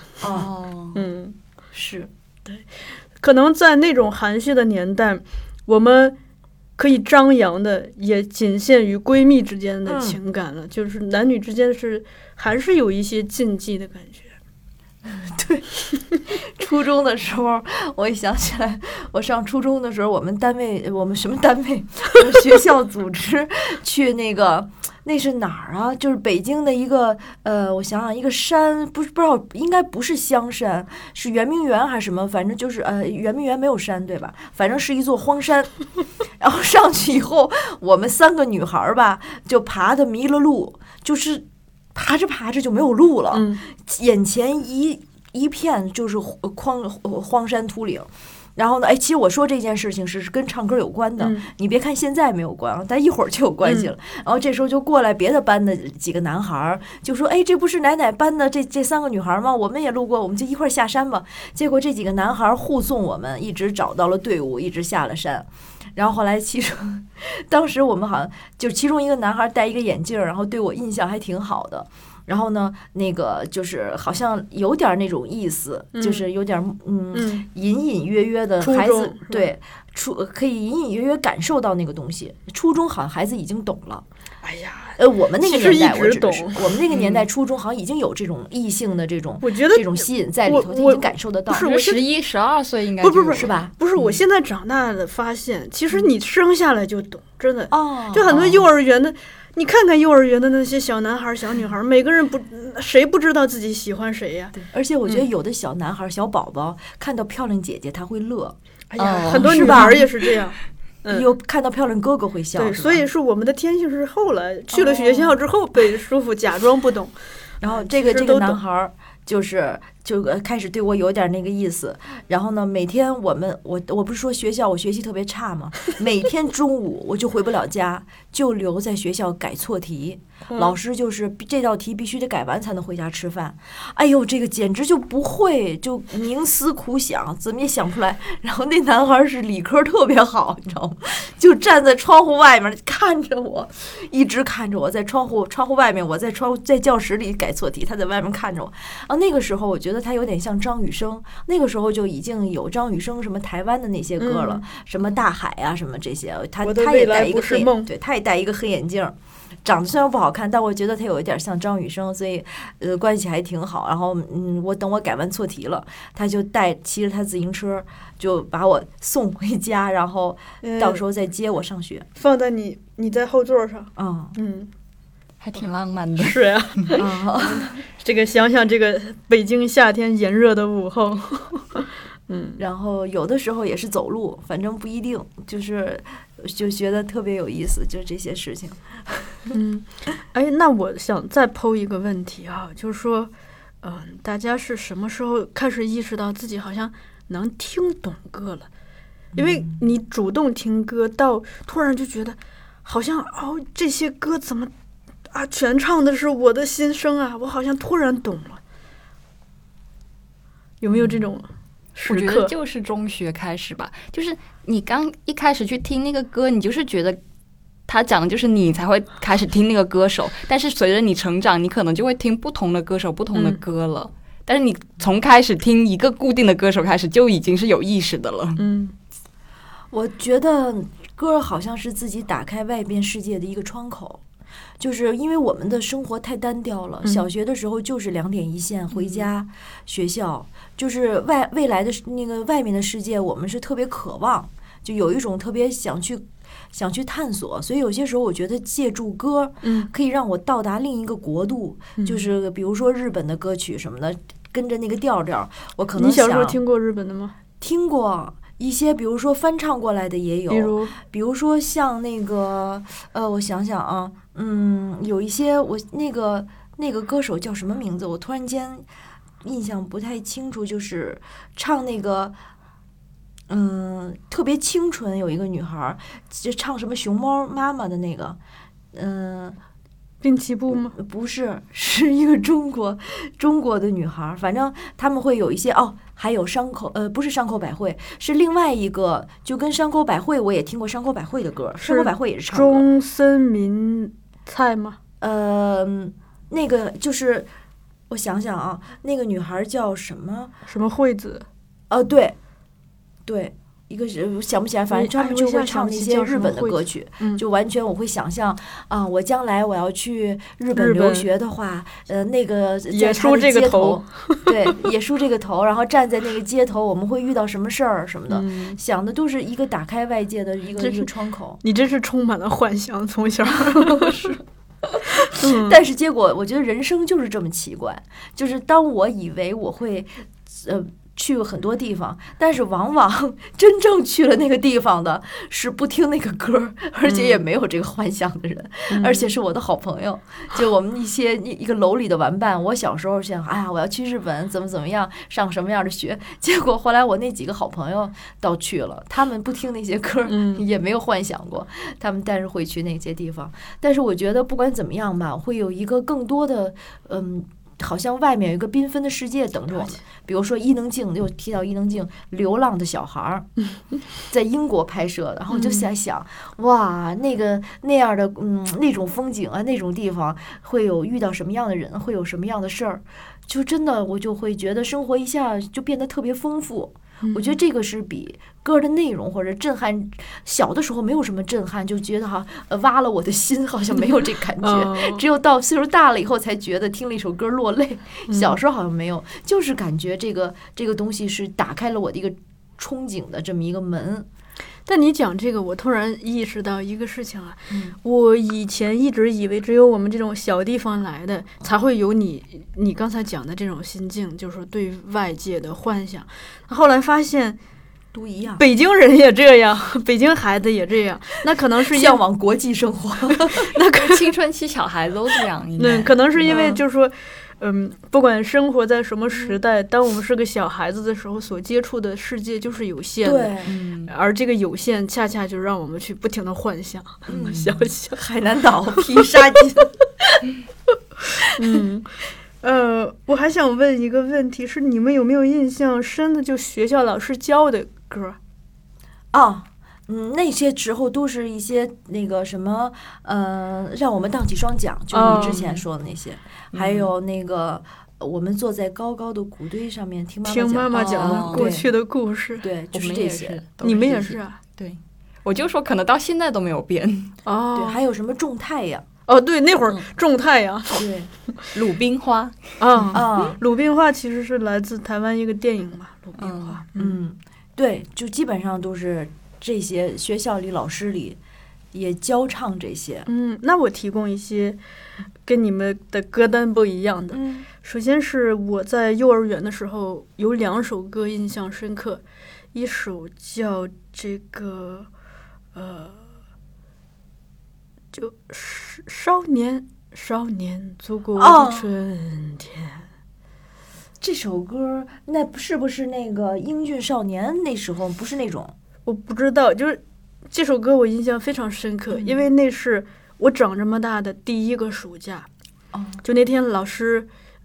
是，对，可能在那种含蓄的年代，我们可以张扬的也仅限于闺蜜之间的情感了，就是男女之间还是有一些禁忌的感觉。 初中的时候，我一想起来，我上初中的时候，我们什么单位，我们学校组织去那是哪儿啊？就是北京的一个我想想，一个山，不知道，应该不是香山，是圆明园还是什么？反正就是圆明园没有山对吧？反正是一座荒山。然后上去以后，我们3个女孩儿吧，就爬得迷了路，就是爬着爬着就没有路了，眼前一片就是荒山秃岭。然后呢，其实我说这件事情是跟唱歌有关的，你别看现在没有关，但一会儿就有关系了。然后这时候就过来别的班的几个男孩就说：“哎，这不是哪哪班的这3个女孩吗？我们也路过，我们就一块儿下山吧。”结果这几个男孩护送我们，一直找到了队伍，一直下了山。然后后来当时我们好像就其中一个男孩戴一个眼镜，然后对我印象还挺好的。然后呢，那个就是好像有点那种意思，就是有点隐隐约约的孩子，对，可以隐隐约约感受到那个东西。初中好像孩子已经懂了。 哎呀， 我们那个年代，我们那个年代初中好像已经有这种异性的这种， 我觉得这种吸引在里头，他已经感受得到。 不是 11、12岁应该不是吧？ 不是，我现在长大了发现，其实你生下来就懂，真的。 哦， 就很多幼儿园的。你看看幼儿园的那些小男孩、小女孩，每个人谁不知道自己喜欢谁呀？ 对，而且我觉得有的小男孩、小宝宝看到漂亮姐姐他会乐， 哎呀，很多女孩也是这样。 有看到漂亮哥哥会笑。 对，所以是我们的天性是后来去了学校之后背舒服，假装不懂。 然后这个男孩就开始对我有点那个意思，然后呢，每天我不是说学校我学习特别差吗？每天中午我就回不了家，就留在学校改错题。老师就是这道题必须得改完才能回家吃饭。哎呦，这个简直就不会，就冥思苦想，怎么也想不出来。然后那男孩是理科特别好，你知道吗？就站在窗户外面看着我，一直看着我，在窗户外面，我在教室里改错题，他在外面看着我。那个时候我觉得他有点像张雨生，那个时候就已经有张雨生什么台湾的那些歌了，什么大海啊什么这些，他也戴一个对，他也戴一个黑眼镜。长得虽然不好看，但我觉得他有一点像张雨生，所以关系还挺好。然后等我改完错题了，他就骑着他自行车就把我送回家，然后到时候再接我上学， 放在你在后座上。 还挺浪漫的。 是呀，这个想想这个北京夏天炎热的午后， 然后有的时候也是走路，反正不一定，就觉得特别有意思，就这些事情。 哎，那我想再抛一个问题啊，就是说，大家是什么时候开始意识到自己好像能听懂歌了？因为你主动听歌，到突然就觉得好像这些歌怎么全唱的是我的心声啊，我好像突然懂了。有没有这种时我觉得刻？ 就是中学开始吧，就是你刚一开始去听那个歌，你就是觉得他讲的就是你才会开始听那个歌手，但是随着你成长，你可能就会听不同的歌手、不同的歌了。但是你从开始听一个固定的歌手开始，就已经是有意识的了。 我觉得歌好像是自己打开外边世界的一个窗口，就是因为我们的生活太单调了。小学的时候就是2点一线，回家、学校，就是未来的那个外面的世界，我们是特别渴望，就有一种特别想去探索。所以有些时候我觉得借助歌，可以让我到达另一个国度，就是比如说日本的歌曲什么的，跟着那个调调，我可能你小时候听过日本的吗？ 听过一些，比如说翻唱过来的也有，比如说像那个我想想啊，有一些我那个歌手叫什么名字？我突然间印象不太清楚，就是唱那个。特别清纯，有一个女孩就唱什么熊猫妈妈的那个， 滨崎步吗？ 不是，是一个中国的女孩，反正他们会有一些还有不是山口百惠，是另外一个，就跟山口百惠我也听过山口百惠的歌，山口百惠也是唱歌。 中森明菜吗？ 那个就是我想想啊，那个女孩叫什么惠子？ 对，一个是想不起来，反正他们就会唱那些日本的歌曲，就完全我会想象啊，我将来我要去日本留学的话，那个也梳这个头， 对，也梳这个头，然后站在那个街头，我们会遇到什么事儿什么的，想的都是一个打开外界的一个窗口。 你真是充满了幻想，从小是。 但是结果，我觉得人生就是这么奇怪，就是当我以为我会，去过很多地方，但是往往真正去了那个地方的是不听那个歌，而且也没有这个幻想的人，而且是我的好朋友，就我们一个楼里的玩伴。我小时候想，哎呀，我要去日本，怎么样，上什么样的学，结果后来我那几个好朋友倒去了，他们不听那些歌，也没有幻想过，他们但是会去那些地方。但是我觉得不管怎么样吧，会有一个更多的好像外面有一个缤纷的世界等着我们，比如说伊能静，又提到伊能静《流浪的小孩》，在英国拍摄的，然后我就在想，哇，那样的那种风景啊，那种地方会有遇到什么样的人，会有什么样的事儿，就真的我就会觉得生活一下就变得特别丰富。我觉得这个是比歌的内容或者震撼，小的时候没有什么震撼，就觉得挖了我的心，好像没有这感觉。只有到岁数大了以后才觉得听了一首歌落泪，小时候好像没有，就是感觉这个东西是打开了我的一个憧憬的这么一个门。 但你讲这个，我突然意识到一个事情啊，我以前一直以为只有我们这种小地方来的才会有你刚才讲的这种心境，就是说对外界的幻想。后来发现都一样， 北京人也这样，北京孩子也这样，那可能是向往国际生活， 那青春期小孩都这样， 可能是因为就是说。不管生活在什么时代，当我们是个小孩子的时候，所接触的世界就是有限的， 对， 而这个有限恰恰就让我们去不停的幻想，想想海南岛披沙巾。 我还想问一个问题，是你们有没有印象深的，就学校老师教的歌？ 那些时候都是一些那个什么，让我们荡起双桨，就是你之前说的那些，还有那个我们坐在高高的谷堆上面听妈妈讲的过去的故事， 对，就是这些。 你们也是啊？ 对，我就说可能到现在都没有变。 对，还有什么种太阳？ 对，那会儿种太阳。 对， 鲁冰花。 鲁冰花其实是来自台湾一个电影嘛，鲁冰花。 对，就基本上都是。这些学校里老师里也教唱这些。 那我提供一些跟你们的歌单不一样的。首先是我在幼儿园的时候有2首歌印象深刻，一首叫这个就少年走过的春天。 这首歌那是不是那个英俊少年？那时候不是那种。 我不知道，就是这首歌我印象非常深刻，因为那是我长这么大的第一个暑假。就那天老师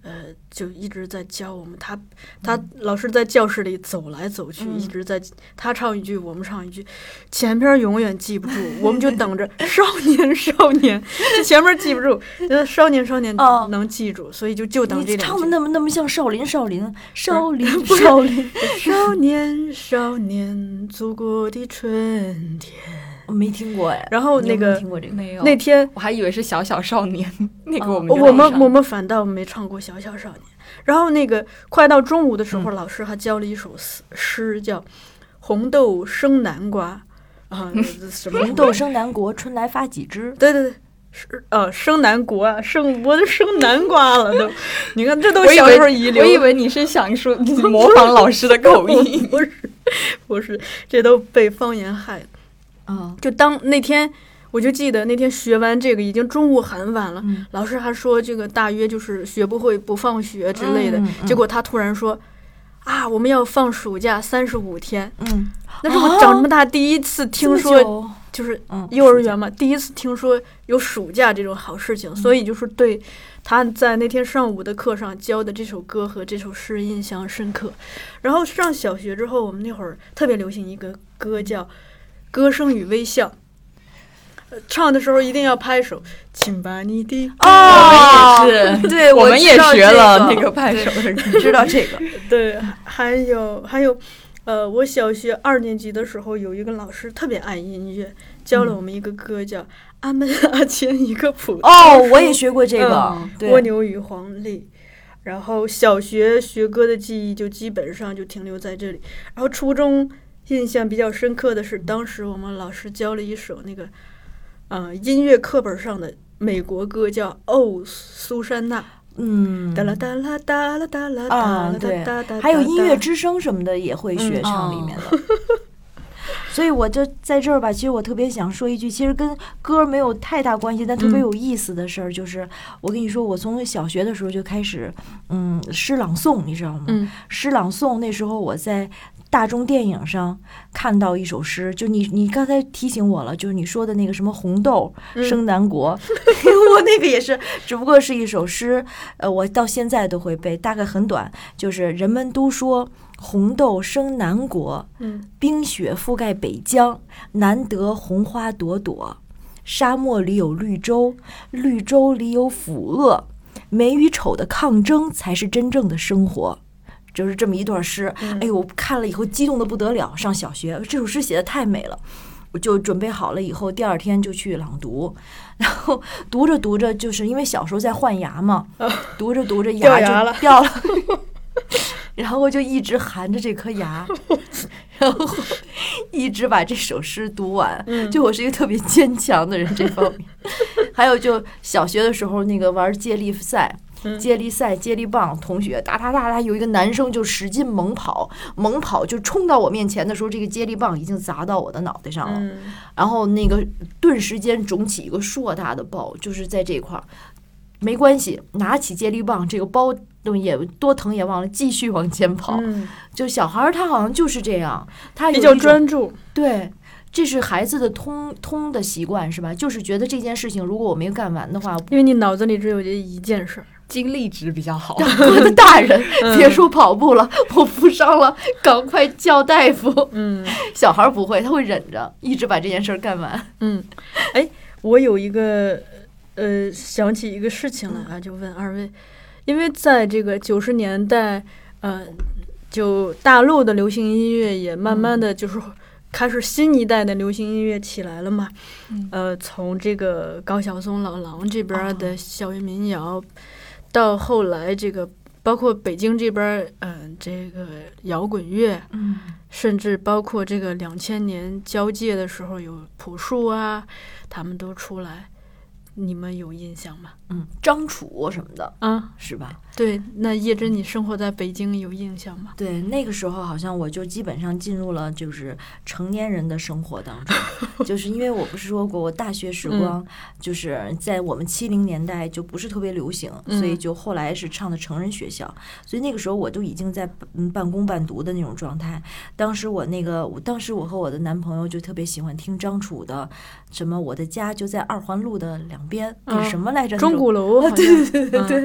就一直在教我们。他老师在教室里走来走去，一直在他唱一句，我们唱一句，前边永远记不住，我们就等着少年少年，前面记不住，少年少年能记住，所以就等这两句。 唱的那么像少林少林少林少林少年少年，祖国的春天。 我没听过哎。 然后你有没有听过这个？ 没有。 那天我还以为是小小少年，那个我们反倒没唱过小小少年。然后那个快到中午的时候，老师还教了一首诗，叫《红豆生南瓜》啊，什么红豆生南国，春来发几枝。 对对对，生南国啊，我都生南瓜了都。你看这都小时候遗留。 我以为你是想说模仿老师的口音， 不是，这都被方言害的。就当那天，我就记得那天学完这个已经中午很晚了，老师还说这个大约就是学不会不放学之类的。结果他突然说啊，我们要放暑假35天。那是我长这么大第一次听说，就是幼儿园嘛，第一次听说有暑假这种好事情，所以就是对他在那天上午的课上教的这首歌和这首诗印象深刻。然后上小学之后，我们那会儿特别流行一个歌叫歌声与微笑，唱的时候一定要拍手，请把你的我们也是， 对， 我们也学了那个拍手的， 你知道这个？ 对，还有，我小学2年级的时候，有一个老师特别爱音乐，教了我们一个歌叫《阿门阿前一个普通》。 我也学过这个， 蜗牛与黄鹂。然后小学学歌的记忆就基本上就停留在这里，然后初中印象比较深刻的是，当时我们老师教了一首那个，音乐课本上的美国歌，叫《哦，苏珊娜》。哒啦哒啦哒啦哒啦哒啦哒哒， 还有音乐之声什么的也会学唱里面的。所以我就在这儿吧，其实我特别想说一句，其实跟歌没有太大关系，但特别有意思的事儿，就是我跟你说，我从小学的时候就开始，诗朗诵，你知道吗？诗朗诵那时候我在大众电影上看到一首诗，就你刚才提醒我了，就是你说的那个什么红豆生南国，我那个也是，只不过是一首诗，我到现在都会背，大概很短，就是人们都说红豆生南国，冰雪覆盖北疆，难得红花朵朵，沙漠里有绿洲，绿洲里有腐恶，美与丑的抗争才是真正的生活。就是这么一段诗，哎呦，我看了以后激动的不得了。上小学，这首诗写的太美了，我就准备好了以后，第2天就去朗读。然后读着读着，就是因为小时候在换牙嘛，读着读着牙就掉了，然后我就一直含着这颗牙，然后一直把这首诗读完。就我是一个特别坚强的人这方面。还有就小学的时候那个玩接力赛。接力棒，同学哒，有一个男生就使劲猛跑就冲到我面前的时候，这个接力棒已经砸到我的脑袋上了，然后那个顿时间肿起一个硕大的包，就是在这块儿。没关系，拿起接力棒，这个包也多疼也忘了，继续往前跑。就小孩他好像就是这样，他比较专注， 对。这是孩子的通的习惯是吧？就是觉得这件事情如果我没干完的话， 因为你脑子里只有这一件事， 精力值比较好。 我的大人，别说跑步了，我负伤了，赶快叫大夫。小孩不会，他会忍着，一直把这件事干完。 我有一个想起一个事情来啊，就问2位，因为在这个90年代，就大陆的流行音乐也慢慢的就是。开始新一代的流行音乐起来了嘛？从这个高晓松、老狼这边的校园民谣，到后来这个包括北京这边，这个摇滚乐，甚至包括这个2000年交界的时候有朴树啊，他们都出来，你们有印象吗？ 张楚什么的啊， 是吧？ 对，那叶真，你生活在北京有印象吗？ 对，那个时候好像我就基本上进入了就是成年人的生活当中，就是因为我不是说过我大学时光就是在我们70年代就不是特别流行，所以就后来是上的成人学校，所以那个时候我都已经在半工半读的那种状态。当时我和我的男朋友就特别喜欢听张楚的什么我的家就在2环路的两边，是什么来着？ 钟鼓楼， 对。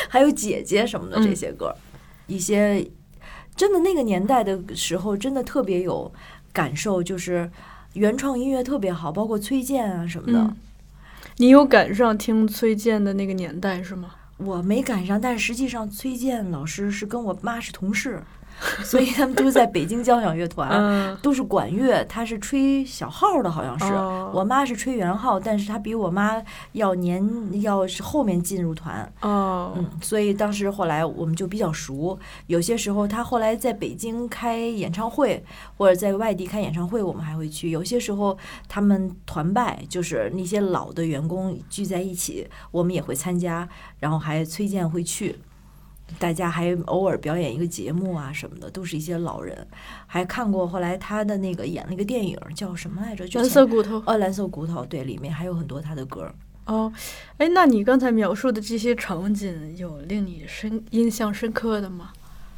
还有姐姐什么的这些歌，一些真的那个年代的时候，真的特别有感受，就是原创音乐特别好，包括崔健啊什么的。 你有赶上听崔健的那个年代是吗？ 我没赶上，但是实际上崔健老师是跟我妈是同事，所以他们都在北京交响乐团，都是管乐，他是吹小号的，好像是。我妈是吹圆号，但是他比我妈要是后面进入团。所以当时后来我们就比较熟。有些时候他后来在北京开演唱会，或者在外地开演唱会，我们还会去。有些时候他们团拜，就是那些老的员工聚在一起，我们也会参加，然后还崔健会去。大家还偶尔表演一个节目啊什么的，都是一些老人。还看过后来他的那个演那个电影叫什么来着？ 蓝色骨头。 蓝色骨头，对，里面还有很多他的歌。 那你刚才描述的这些场景有令你印象深刻的吗？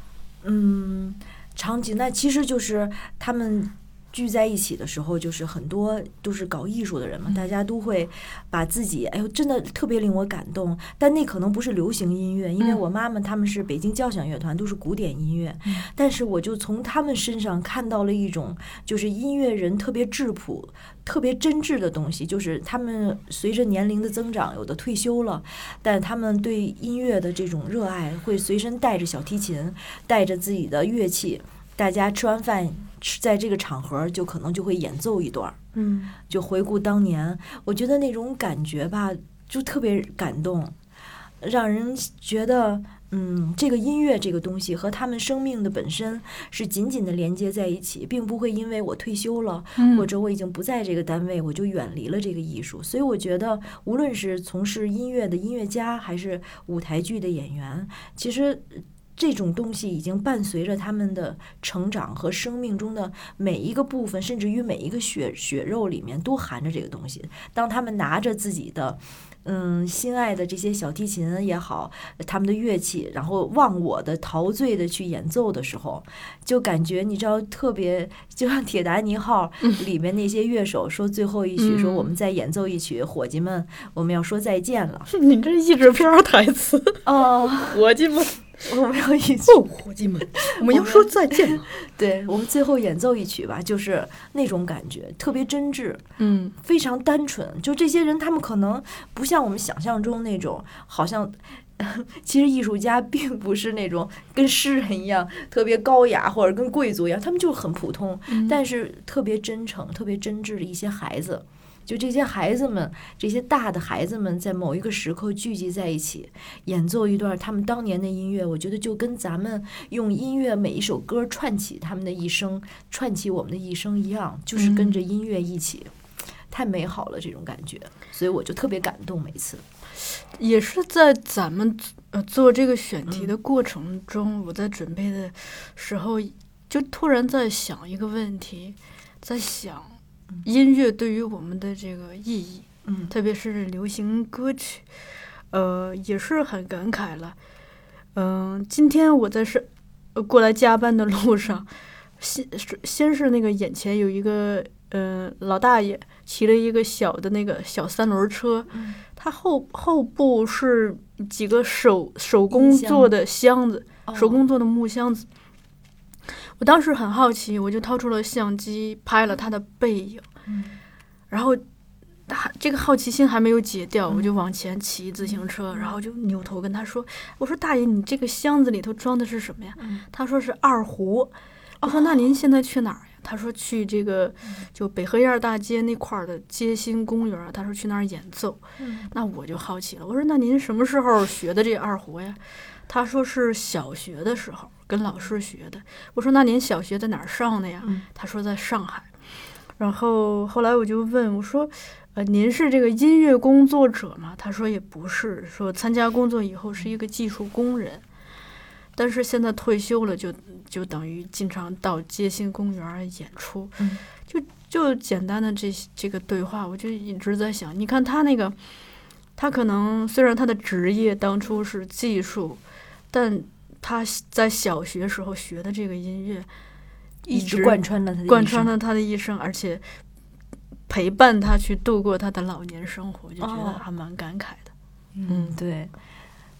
场景那其实就是他们聚在一起的时候，就是很多都是搞艺术的人嘛，大家都会把自己，真的特别令我感动。但那可能不是流行音乐，因为我妈妈他们是北京交响乐团，都是古典音乐。但是我就从他们身上看到了一种，就是音乐人特别质朴、特别真挚的东西。就是他们随着年龄的增长，有的退休了，但他们对音乐的这种热爱，会随身带着小提琴，带着自己的乐器。大家吃完饭，在这个场合就可能就会演奏一段，就回顾当年。我觉得那种感觉吧，就特别感动，让人觉得，这个音乐这个东西和他们生命的本身是紧紧的连接在一起，并不会因为我退休了，或者我已经不在这个单位，我就远离了这个艺术。所以我觉得，无论是从事音乐的音乐家，还是舞台剧的演员，其实这种东西已经伴随着他们的成长和生命中的每一个部分，甚至于每一个血肉里面都含着这个东西。当他们拿着自己的心爱的这些小提琴也好，他们的乐器，然后忘我的陶醉的去演奏的时候，就感觉你知道特别，就像铁达尼号里面那些乐手说最后一曲，说我们再演奏一曲，伙计们，我们要说再见了。 你这译制片台词伙计们。 我们要一起伙计们，我们要说再见了。 对，我们最后演奏一曲吧，就是那种感觉，特别真挚，非常单纯。就这些人，他们可能不像我们想象中那种，好像其实艺术家并不是那种跟诗人一样特别高雅，或者跟贵族一样，他们就很普通，但是特别真诚、特别真挚的一些孩子。就这些孩子们，这些大的孩子们，在某一个时刻聚集在一起，演奏一段他们当年的音乐，我觉得就跟咱们用音乐每一首歌串起他们的一生，串起我们的一生一样，就是跟着音乐一起，太美好了这种感觉，所以我就特别感动每次。 也是在咱们做这个选题的过程中，我在准备的时候，就突然在想一个问题，在想音乐对于我们的这个意义，特别是流行歌曲，也是很感慨了。今天我在过来加班的路上，先是那个眼前有一个老大爷骑了一个小的那个小三轮车，他后部是几个手工做的箱子，手工做的木箱子。我当时很好奇，我就掏出了相机拍了他的背影，然后这个好奇心还没有解掉，我就往前骑自行车，然后就扭头跟他说：“我说大爷，你这个箱子里头装的是什么呀？”他说是二胡。我说那您现在去哪儿呀？他说去这个就北河沿大街那块的街心公园，他说去那儿演奏。那我就好奇了，我说那您什么时候学的这二胡呀？他说是小学的时候跟老师学的。我说那您小学在哪儿上的呀？他说在上海。然后后来我就问我说您是这个音乐工作者吗？他说也不是，说参加工作以后是一个技术工人，但是现在退休了，就等于经常到街心公园演出。就简单的这个对话，我就一直在想，你看他那个，他可能虽然他的职业当初是技术，但他在小学时候学的这个音乐一直贯穿了他的一生，而且陪伴他去度过他的老年生活，就觉得还蛮感慨的。 对，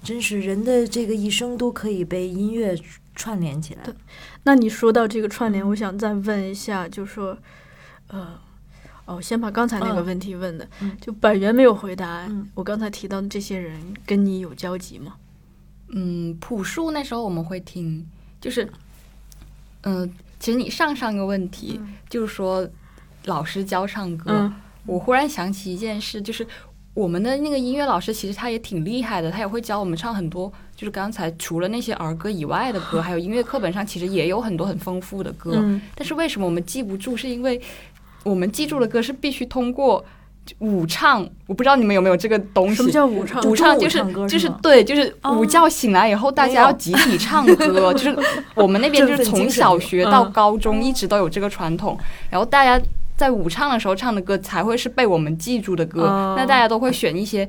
真是人的这个一生都可以被音乐串联起来。 那你说到这个串联，我想再问一下，就说，先把刚才那个问题问的，就百元没有回答。我刚才提到的这些人跟你有交集吗？ 朴树那时候我们会听，就是，其实你上个问题、就是说老师教唱歌，我忽然想起一件事，就是我们的那个音乐老师其实他也挺厉害的，他也会教我们唱很多，就是刚才除了那些儿歌以外的歌，还有音乐课本上其实也有很多很丰富的歌，但是为什么我们记不住？是因为我们记住的歌是必须通过舞唱，我不知道你们有没有这个东西。 什么叫舞唱？ 舞唱就是对，就是午觉醒来以后，大家要集体唱歌，就是我们那边就是从小学到高中一直都有这个传统，然后大家在舞唱的时候唱的歌才会是被我们记住的歌。那大家都会选一些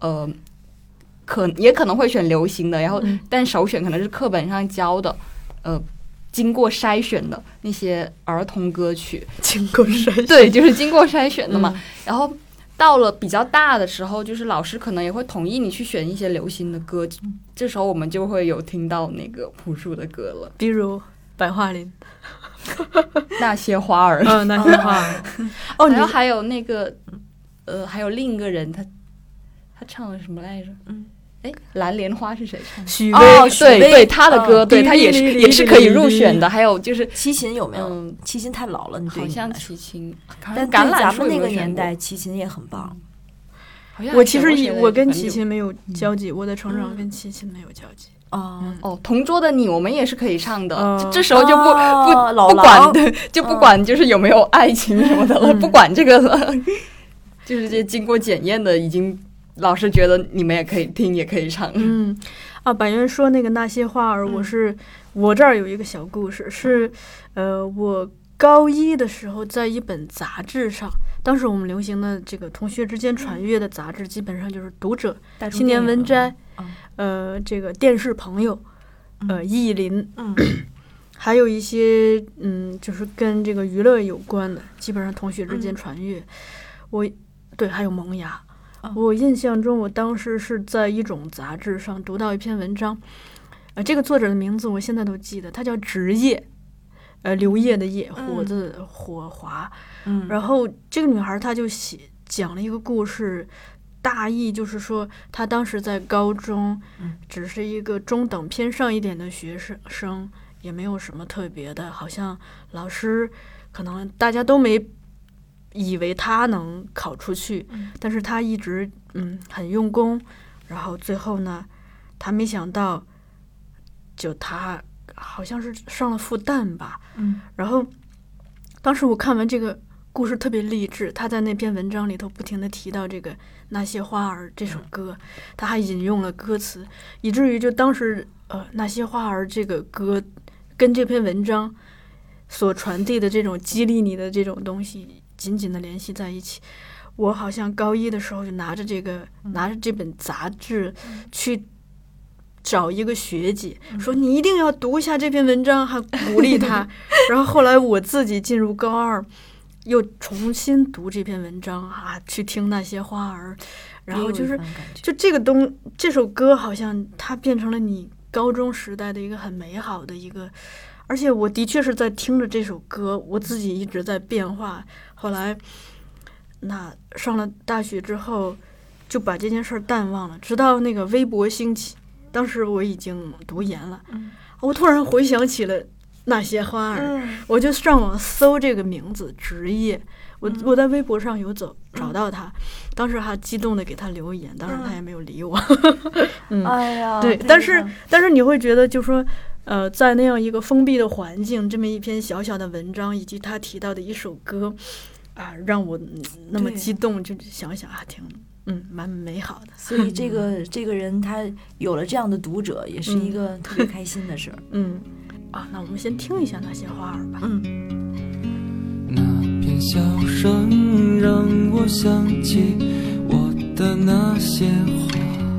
也可能会选流行的，然后但首选可能是课本上教的经过筛选的那些儿童歌曲。 经过筛选， 对，就是经过筛选的嘛。然后到了比较大的时候，就是老师可能也会同意你去选一些流行的歌，这时候我们就会有听到那个朴树的歌了， 比如白桦林那些花儿， 那些花儿。 然后还有那个还有另一个人，他唱的什么来着？蓝莲花是谁唱的？ 许巍， 对他的歌，对他也是可以入选的。还有就是齐秦有没有？齐秦太老了，你好像齐秦， 但对咱们那个年代，齐秦也很棒。 我其实我跟齐秦没有交集，我的成长跟齐秦没有交集。 同桌的你，我们也是可以唱的。这时候就不管的，就不管就是有没有爱情什么的了，不管这个了。就是这经过检验的，已经老师觉得你们也可以听，也可以唱。 百元说那个那些花儿，我这儿有一个小故事，是我高一的时候在一本杂志上，当时我们流行的这个同学之间传阅的杂志，基本上就是《读者》、《青年文摘》，这个电视朋友，意林，还有一些就是跟这个娱乐有关的，基本上同学之间传阅。还有萌芽。我印象中，我当时是在一种杂志上读到一篇文章，这个作者的名字我现在都记得，他叫职业，刘烨的烨，火字火华。然后这个女孩她就讲了一个故事，大意就是说，她当时在高中，只是一个中等偏上一点的学生，也没有什么特别的，好像老师可能大家都没以为他能考出去，但是他一直很用功，然后最后呢，他没想到，就他好像是上了复旦吧，然后当时我看完这个故事特别励志，他在那篇文章里头不停地提到这个那些花儿这首歌，他还引用了歌词，以至于就当时那些花儿这个歌跟这篇文章所传递的这种激励你的这种东西紧紧的联系在一起。我好像高一的时候就拿着这本杂志去找一个学姐，说你一定要读一下这篇文章，还鼓励她。然后后来我自己进入高二，又重新读这篇文章去听那些花儿，然后就这首歌好像它变成了你高中时代的一个很美好的一个。而且我的确是在听着这首歌，我自己一直在变化。后来，那上了大学之后，就把这件事淡忘了。直到那个微博兴起，当时我已经读研了，我突然回想起了那些花儿，我就上网搜这个名字职业，我在微博上有找到他，当时还激动的给他留言，当然他也没有理我。 哎呀， 对，但是你会觉得就说。在那样一个封闭的环境，这么一篇小小的文章，以及他提到的一首歌，让我那么激动，就想想挺蛮美好的。 所以这个人他有了这样的读者，也是一个特别开心的事儿。 那我们先听一下那些花儿吧。 那片笑声让我想起我的那些花，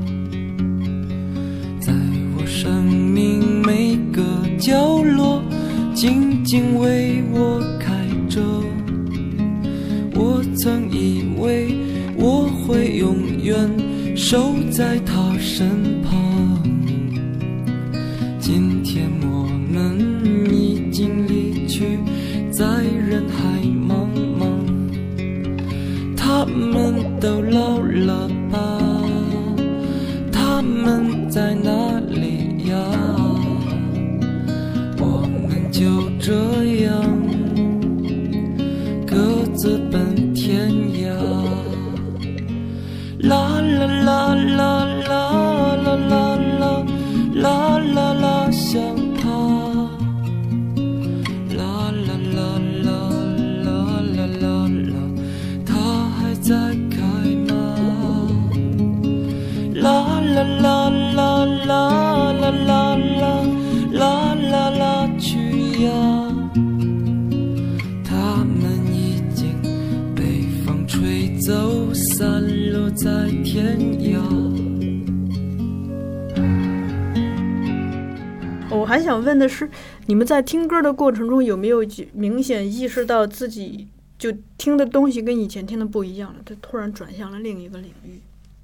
在我生命每个角落静静为我开着。我曾以为我会永远守在他身旁， 都老了吧？他们在哪里呀？我们就这样各自奔天涯。啦啦啦啦啦啦啦啦啦啦啦，想他。啦啦啦啦啦啦啦啦，他还在开吗？啦啦啦啦啦啦啦啦啦啦，去呀！他们已经被风吹走，散落在天涯。 我还想问的是，你们在听歌的过程中有没有明显意识到自己就听的东西跟以前听的不一样了，它突然转向了另一个领域？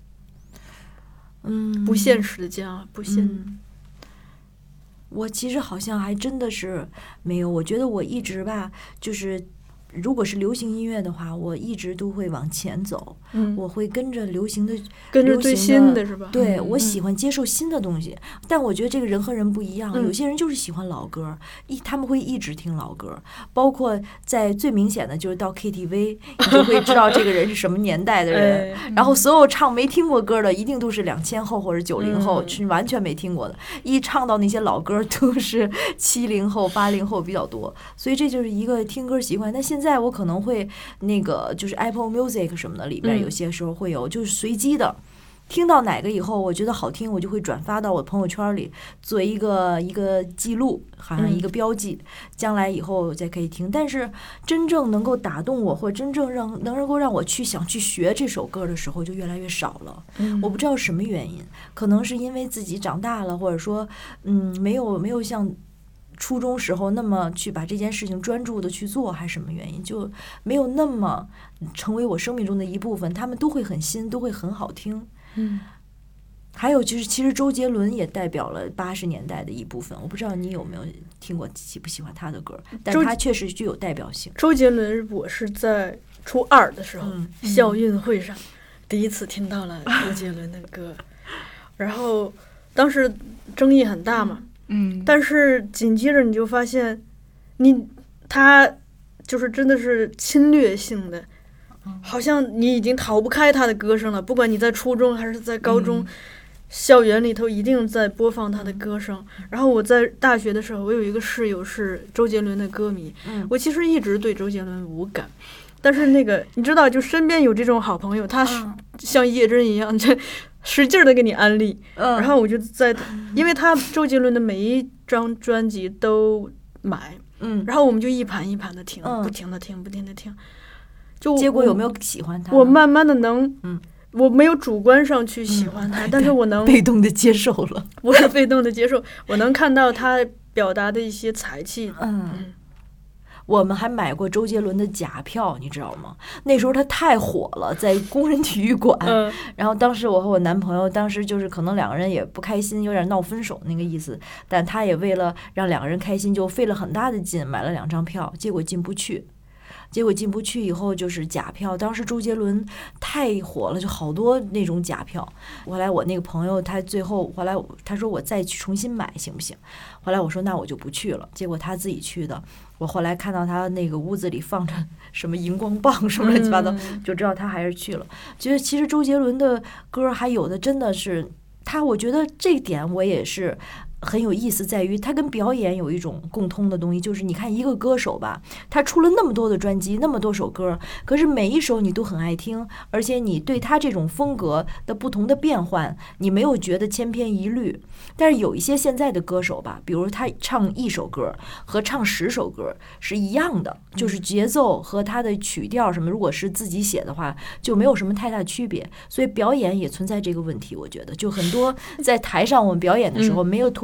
不限时间，不限。 我其实好像还真的是没有，我觉得我一直吧，就是如果是流行音乐的话，我一直都会往前走，我会跟着流行的， 跟着最新的是吧？ 对，我喜欢接受新的东西，但我觉得这个人和人不一样，有些人就是喜欢老歌，他们会一直听老歌，包括在最明显的就是到 KTV， 你就会知道这个人是什么年代的人，然后所有唱没听过歌的，一定都是2000后或者90后，是完全没听过的，一唱到那些老歌都是70后、80后比较多，所以这就是一个听歌习惯。但现在我可能会那个就是 Apple Music 什么的里边有些时候会有，就是随机的听到哪个以后我觉得好听，我就会转发到我朋友圈里做一个记录，好像一个标记，将来以后再可以听。但是真正能够打动我，或真正能够让我想去学这首歌的时候就越来越少了。我不知道什么原因，可能是因为自己长大了，或者说没有像初中时候那么去把这件事情专注的去做，还是什么原因，就没有那么成为我生命中的一部分。他们都会很新，都会很好听。还有就是其实周杰伦也代表了80年代的一部分，我不知道你有没有听过，喜不喜欢他的歌，但他确实具有代表性。 周杰伦我是在初2的时候，校运会上第一次听到了周杰伦的歌，然后当时争议很大嘛，但是紧接着你就发现他就是真的是侵略性的，好像你已经逃不开他的歌声了，不管你在初中还是在高中，校园里头一定在播放他的歌声。然后我在大学的时候，我有一个室友是周杰伦的歌迷，我其实一直对周杰伦无感，但是你知道，就身边有这种好朋友，他像叶真一样，就使劲的给你安利，然后我就因为他周杰伦的每一张专辑都买，然后我们就一盘一盘的听，不停的听，就结果有没有喜欢他？ 我慢慢的我没有主观上去喜欢他，但是我能被动的接受了， 不是被动的接受，我能看到他表达的一些才气。 我们还买过周杰伦的假票，你知道吗？那时候他太火了，在工人体育馆。然后当时我和我男朋友，当时就是可能2个人也不开心，有点闹分手那个意思。但他也为了让2个人开心，就费了很大的劲买了2张票，结果进不去以后就是假票。当时周杰伦太火了，就好多那种假票。后来我那个朋友他最后后来他说我再去重新买行不行？后来我说那我就不去了，结果他自己去的。我后来看到他那个屋子里放着什么荧光棒什么乱七八糟，就知道他还是去了。觉得其实周杰伦的歌还有的真的是他，我觉得这点我也是很有意思，在于他跟表演有一种共通的东西，就是你看一个歌手吧，他出了那么多的专辑，那么多首歌，可是每一首你都很爱听，而且你对他这种风格的不同的变换，你没有觉得千篇一律。但是有一些现在的歌手吧，比如他唱1首歌和唱10首歌是一样的，就是节奏和他的曲调什么，如果是自己写的话，就没有什么太大区别。所以表演也存在这个问题，我觉得就很多在台上我们表演的时候没有脱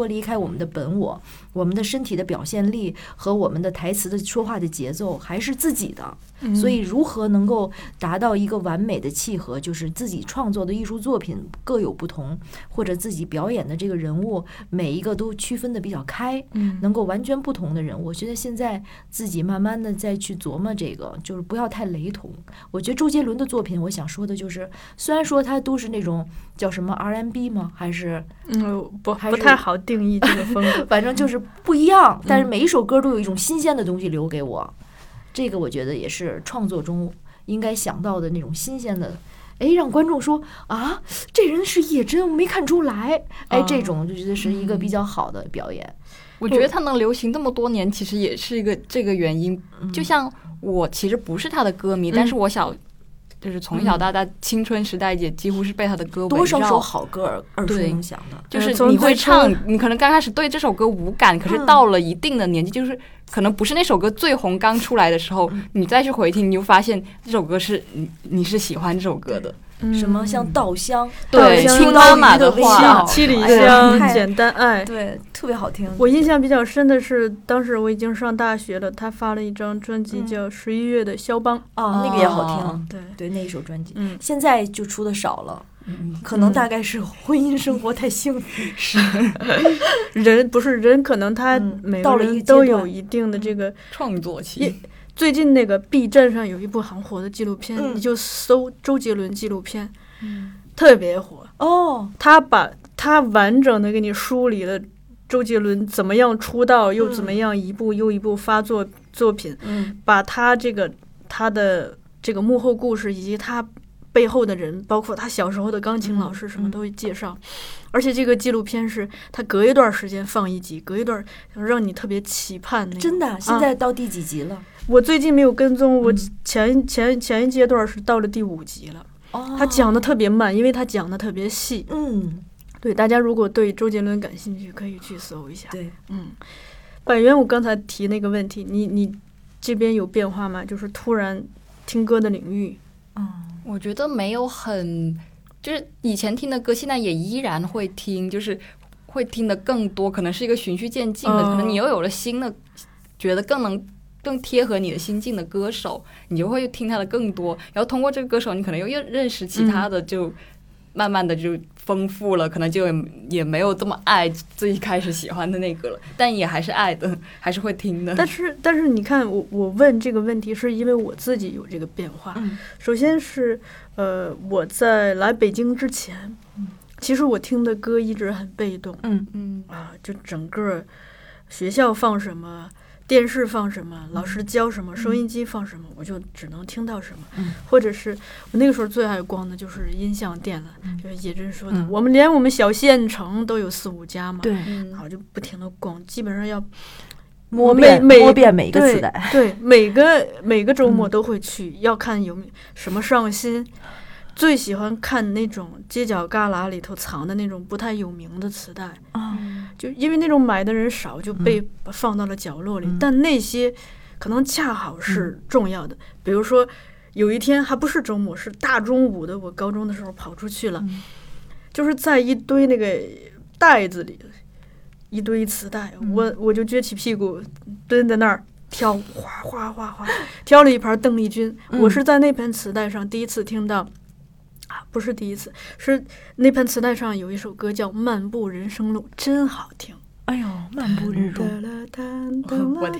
脱离开我们的本我，我们的身体的表现力和我们的台词的说话的节奏还是自己的。所以如何能够达到一个完美的契合，就是自己创作的艺术作品各有不同，或者自己表演的这个人物每一个都区分的比较开，能够完全不同的人物。我觉得现在自己慢慢的再去琢磨这个，就是不要太雷同。我觉得周杰伦的作品，我想说的就是，虽然说他都是那种叫什么 R&B 吗？还是不太好定义这个风格， 反正就是不一样。但是每一首歌都有一种新鲜的东西留给我，这个我觉得也是创作中应该想到的那种新鲜的。哎，让观众说啊，这人是叶真，我没看出来。哎，这种就觉得是一个比较好的表演。 我觉得他能流行这么多年，其实也是一个这个原因。就像我其实不是他的歌迷，但是我就是从小到大青春时代也几乎是被他的歌围绕， 多少首好歌耳熟能详的。 就是你会唱，你可能刚开始对这首歌无感，可是到了一定的年纪，就是可能不是那首歌最红刚出来的时候，你再去回听，你就发现这首歌是你是喜欢这首歌的。 什么像稻香， 对，听妈妈的话， 七里香，简单爱， 对，特别好听。 我印象比较深的是，当时我已经上大学了，他发了一张专辑叫《11月的肖邦》， 那个也好听。 对， 那一首专辑，现在就出的少了。可能大概是婚姻生活太幸福， 是人可能他每个人都有一定的这个创作期。 最近那个 B 站上有一部很火的纪录片，你就搜周杰伦纪录片，特别火哦。 他完整的给你梳理了周杰伦怎么样出道，又怎么样一步又一步发作品，把他的这个幕后故事以及他背后的人，包括他小时候的钢琴老师什么都会介绍。而且这个纪录片是他隔一段时间放一集，隔一段让你特别期盼那种。 真的，现在到第几集了？ 我最近没有跟踪，我前一阶段是到了第5集了。他讲的特别慢，因为他讲的特别细。对，大家如果对周杰伦感兴趣，可以去搜一下。 对， 百元，我刚才提那个问题，你这边有变化吗？就是突然听歌的领域。 我觉得没有就是以前听的歌，现在也依然会听，就是会听的更多，可能是一个循序渐进的，可能你又有了新的，觉得更贴合你的心境的歌手，你就会听他的更多，然后通过这个歌手，你可能又认识其他的，就慢慢的就丰富了，可能就也没有这么爱最一开始喜欢的那个了，但也还是爱的，还是会听的。 但是你看，我问这个问题是因为我自己有这个变化。首先是我在来北京之前，其实我听的歌一直很被动。就整个学校放什么，电视放什么，老师教什么，收音机放什么，我就只能听到什么。或者是我那个时候最爱逛的就是音像店了，就是叶真说的，我们小县城都有4-5家嘛， 对， 然后就不停的逛，基本上要摸遍每个磁带， 对，每个周末都会去，要看有什么上新。最喜欢看那种街角旮旯里头藏的那种不太有名的磁带，就因为那种买的人少，就被放到了角落里。但那些可能恰好是重要的。比如说有一天还不是周末，是大中午的，我高中的时候跑出去了，就是在一堆那个袋子里，一堆磁带，我就撅起屁股蹲在那儿挑，哗哗哗哗挑了一盘邓丽君。我是在那盘磁带上第一次听到。不是第一次，是那盘磁带上有一首歌叫《漫步人生路》，真好听。 哎呦，漫步人生路，我听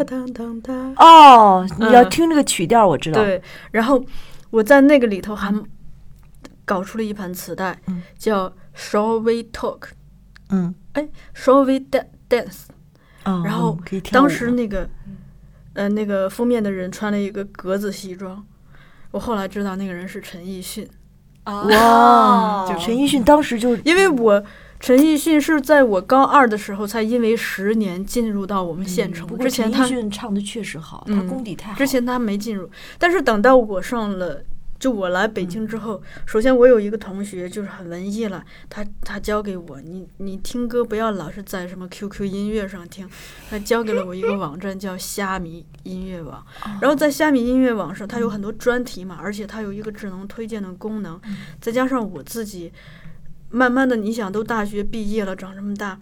过。你要听这个曲调，我知道。 对，然后我在那个里头还搞出了一盘磁带，叫 Shall We Talk。Shall We Dance。然后当时那个封面的人穿了一个格子西装，我后来知道那个人是陈奕迅。 哇！就陈奕迅当时就， 因为陈奕迅是在我高2的时候才因为10年进入到我们县城。之前陈奕迅唱的确实好，他功底太好。 之前他没进入，但是等到我来北京之后，首先我有一个同学就是很文艺了，他教给我，你听歌不要老是在什么 QQ 音乐上听，他教给了我一个网站叫虾米音乐网，然后在虾米音乐网上，它有很多专题嘛，而且它有一个智能推荐的功能，再加上我自己慢慢的，你想都大学毕业了，长这么大，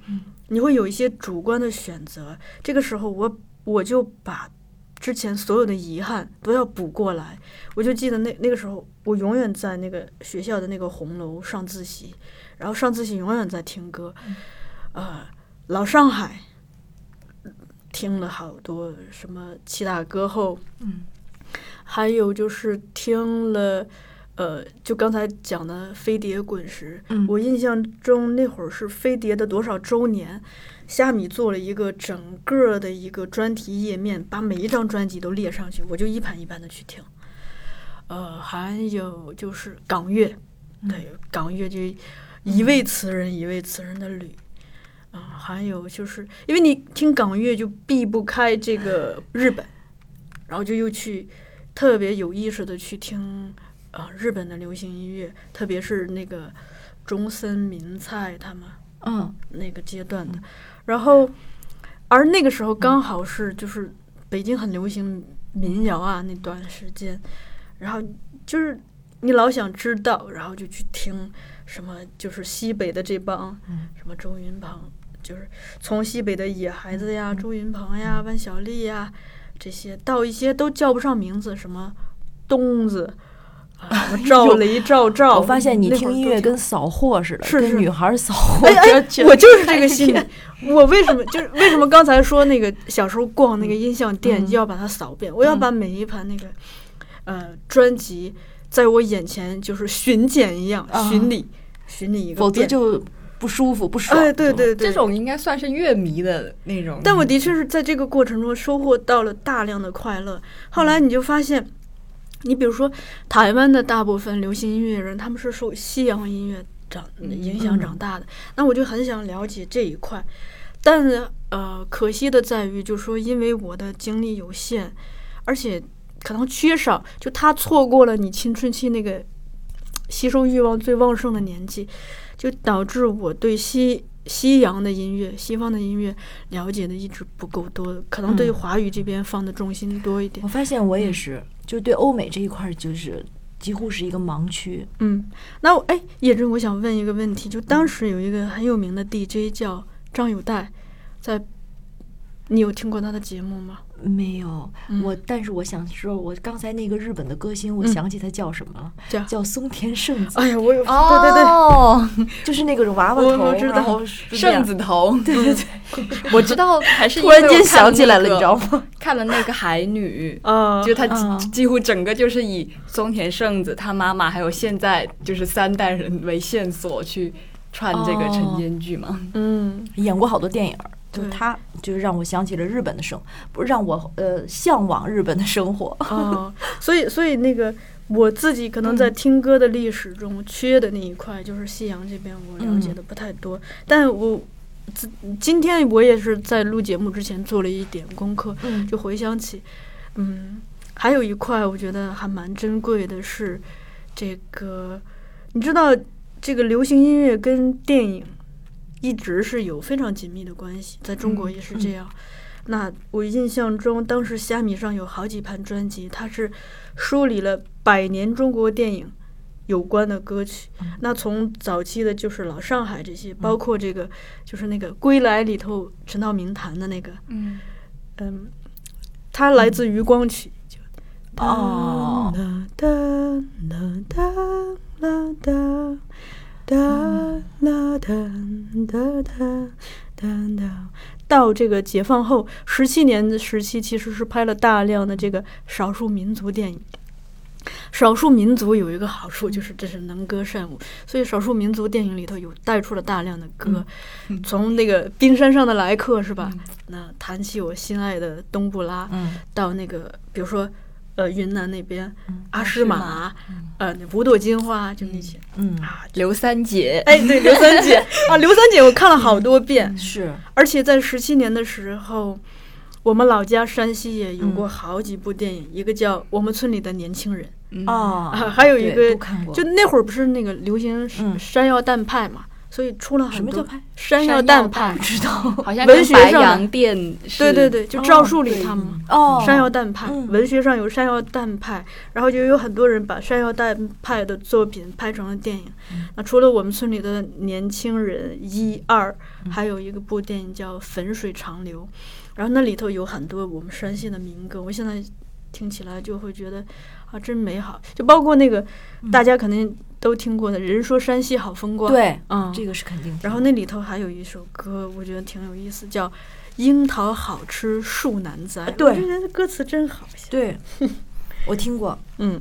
你会有一些主观的选择。这个时候我就把之前所有的遗憾都要补过来。我就记得那个时候，我永远在那个学校的那个红楼上自习，然后上自习永远在听歌，老上海听了好多什么七大歌后，还有就是听了就刚才讲的飞碟滚石，我印象中那会儿是飞碟的多少周年，虾米做了一个整个的一个专题页面，把每一张专辑都列上去，我就一盘一盘的去听。还有就是港乐，对，港乐就一位词人一位词人的旅，还有就是因为你听港乐就避不开这个日本，然后就又去特别有意识的去听日本的流行音乐，特别是那个中森明菜他们那个阶段的，然后而那个时候刚好是就是北京很流行民谣啊那段时间，然后就是你老想知道，然后就去听什么就是西北的这帮什么周云鹏，就是从西北的野孩子呀、周云鹏呀、万晓利呀这些，到一些都叫不上名字，什么东子什么赵雷、赵照。 我发现你听音乐跟扫货似的， 是跟女孩扫货。 我就是这个心理。我为什么刚才说那个小时候逛那个音像店就要把它扫遍，我要把每一盘那个专辑在我眼前就是巡检一样巡礼一个遍， 否则就不舒服不爽。 对， 这种应该算是乐迷的那种。 但我的确是在这个过程中收获到了大量的快乐。后来你就发现，你比如说台湾的大部分流行音乐人，他们是受西洋音乐影响长大的，那我就很想了解这一块。但可惜的在于，就是说因为我的精力有限，而且可能缺少，就他错过了你青春期那个吸收欲望最旺盛的年纪，就导致我对西洋的音乐、西方的音乐了解的一直不够多，可能对华语这边放的重心多一点。 我发现我也是，就对欧美这一块就是几乎是一个盲区。 那叶真，我想问一个问题，就当时有一个很有名的 DJ 叫张友代，你有听过他的节目吗？ 没有，但是我想说，我刚才那个日本的歌星，我想起他叫什么了，叫松田圣子。 哎呀，我有对， 就是那个娃娃头， 我知道圣子头， 对， 我知道，还是突然间想起来了，你知道吗？ 看了那个海女，就他几乎整个就是以松田圣子他妈妈还有现在就是3代人为线索去串这个晨间剧嘛。 演过好多电影。就他就是让我想起了日本的不是让我向往日本的生活。 所以那个我自己可能在听歌的历史中缺的那一块，就是西洋这边我了解的不太多。但我今天我也是在录节目之前做了一点功课，就回想起，还有一块我觉得还蛮珍贵的是这个，你知道这个流行音乐跟电影一直是有非常紧密的关系，在中国也是这样。那我印象中当时虾米上有好几盘专辑，它是梳理了100年中国电影有关的歌曲。那从早期的就是老上海这些，包括这个就是那个归来里头陈道明弹的那个它来自余光曲，到这个解放后17年的时期，其实是拍了大量的这个少数民族电影。少数民族有一个好处，就是这是能歌善舞，所以少数民族电影里头有带出了大量的歌，从那个冰山上的来客是吧？那弹起我心爱的冬不拉，到那个比如说云南那边阿诗玛，五朵金花，就那些， 刘三姐， 对，刘三姐刘三姐我看了好多遍， 是， 而且在17年的时候，我们老家山西也有过好几部电影，一个叫《我们村里的年轻人》，还有一个就那会儿不是那个流行山药蛋派嘛， 所以出了很多什么叫派？ 山药蛋派， 不知道好像文跟白学上的洋淀是对，就赵树理他们嘛。 哦， 山药蛋派， 嗯文学上有山药蛋派，然后就有很多人把山药蛋派的作品拍成了电影。那除了我们村里的年轻人1、2，还有一个部电影叫《汾水长流》，然后那里头有很多我们山西的民歌，我现在听起来就会觉得啊，真美好。就包括那个大家肯定都听过的人说山西好风光， 对， 嗯， 这个是肯定的。 然后那里头还有一首歌，我觉得挺有意思，叫《樱桃好吃树难栽》。 对我觉得歌词真好笑。 对，我听过。 嗯，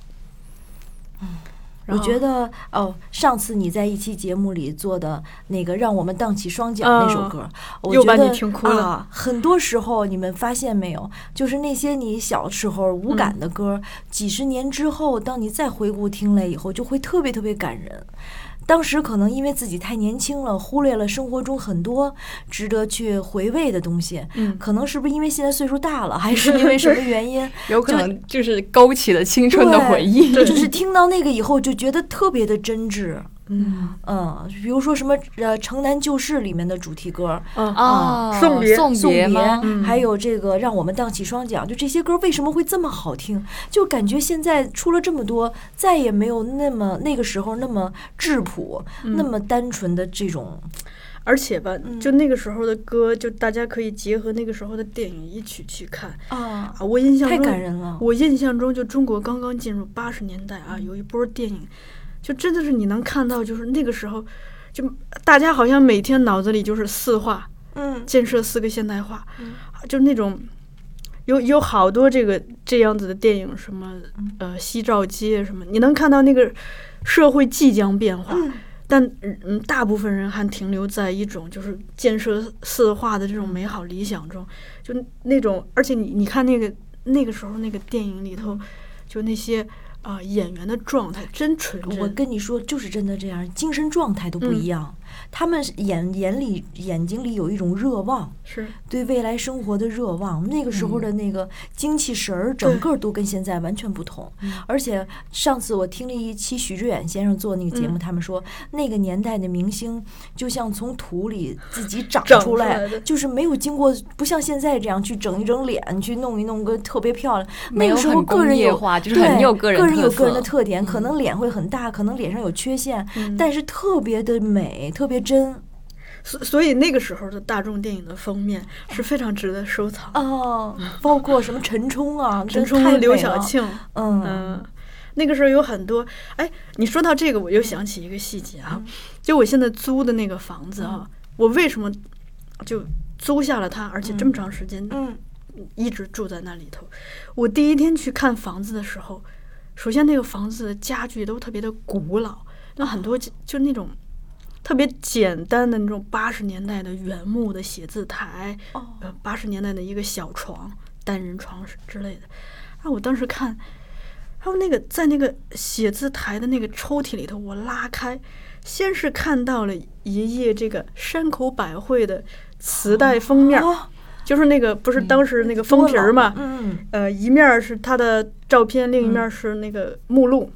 我觉得上次你在一期节目里做的那个让我们荡起双桨那首歌，我又把觉得你听哭了啊。很多时候你们发现没有，就是那些你小时候无感的歌，几十年之后，当你再回顾听了以后，就会特别特别感人。当时可能因为自己太年轻了，忽略了生活中很多值得去回味的东西。可能是不是因为现在岁数大了，还是因为什么原因？ 有可能就是勾起了青春的回忆。 就是听到那个以后，就觉得特别的真挚。比如说什么城南旧事里面的主题歌， 送别送别吗？ 还有这个让我们荡起双桨，就这些歌为什么会这么好听？就感觉现在出了这么多，再也没有那个时候那么质朴、那么单纯的这种。 而且吧，就那个时候的歌，就大家可以结合那个时候的电影一起去看啊！ 我印象中太感人了。 我印象中，就中国刚刚进入80年代啊，有一波电影。就真的是你能看到，就是那个时候，就大家好像每天脑子里就是4化，建设4个现代化，就那种有好多这样子的电影，什么西照街什么，你能看到那个社会即将变化，但大部分人还停留在一种就是建设4化的这种美好理想中，就那种，而且你看那个时候那个电影里头，就那些。演员的状态真纯真。 我跟你说，就是真的这样，精神状态都不一样。他们眼睛里有一种热望， 是对未来生活的热望。那个时候的那个精气神儿，整个都跟现在完全不同。而且上次我听了一期许知远先生做那个节目，他们说那个年代的明星就像从土里自己长出来，就是没有经过，不像现在这样去整一整脸，去弄一弄个特别漂亮。那个时候个人有就是很有个人的特点，可能脸会很大，可能脸上有缺陷，但是特别的美，特别真。 所以那个时候的大众电影的封面是非常值得收藏包括什么陈冲啊， 陈冲、刘晓庆，那个时候有很多。哎，你说到这个，我又想起一个细节啊，就我现在租的那个房子啊，我为什么就租下了它，而且这么长时间，一直住在那里头。我第一天去看房子的时候，首先那个房子的家具都特别的古老，那很多就那种特别简单的那种80年代的原木的写字台，80年代的一个小床，单人床之类的。然后我当时看，还有那个在那个写字台的那个抽屉里头，我拉开，先是看到了一页这个山口百惠的磁带封面。就是那个不是当时那个封皮嘛，一面是他的照片，另一面是那个目录，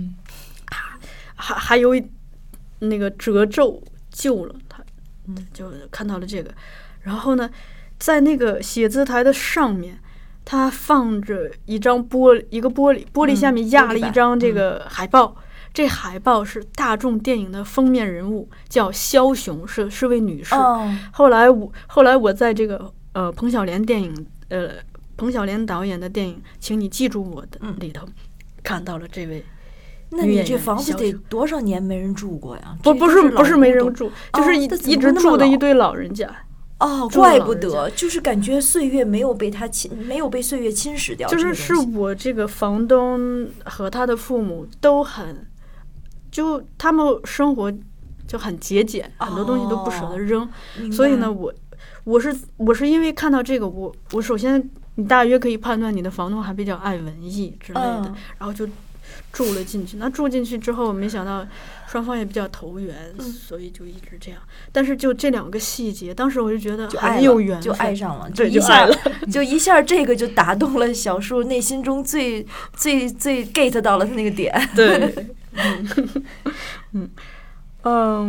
还有那个褶皱旧了，他就看到了这个。然后呢，在那个写字台的上面，它放着一个玻璃下面压了一张这个海报。这海报是大众电影的封面人物，叫枭雄，是位女士。后来我在这个彭晓莲导演的电影《请你记住我》的里头看到了这位。 那你这房子得多少年没人住过呀？ 不是没人住，就是一直住的一堆老人家。 怪不得，就是感觉岁月没有被岁月侵蚀掉。 是我这个房东和他的父母都就他们生活就很节俭，很多东西都不舍得扔。所以呢，我是因为看到这个，我首先你大约可以判断你的房东还比较爱文艺之类的，然后就住了进去。那住进去之后，没想到双方也比较投缘，所以就一直这样。但是就这2个细节，当时我就觉得很有缘分， 就爱上了， 对，就爱了， 就一下这个就打动了小树内心中最 get 到了那个点。 对，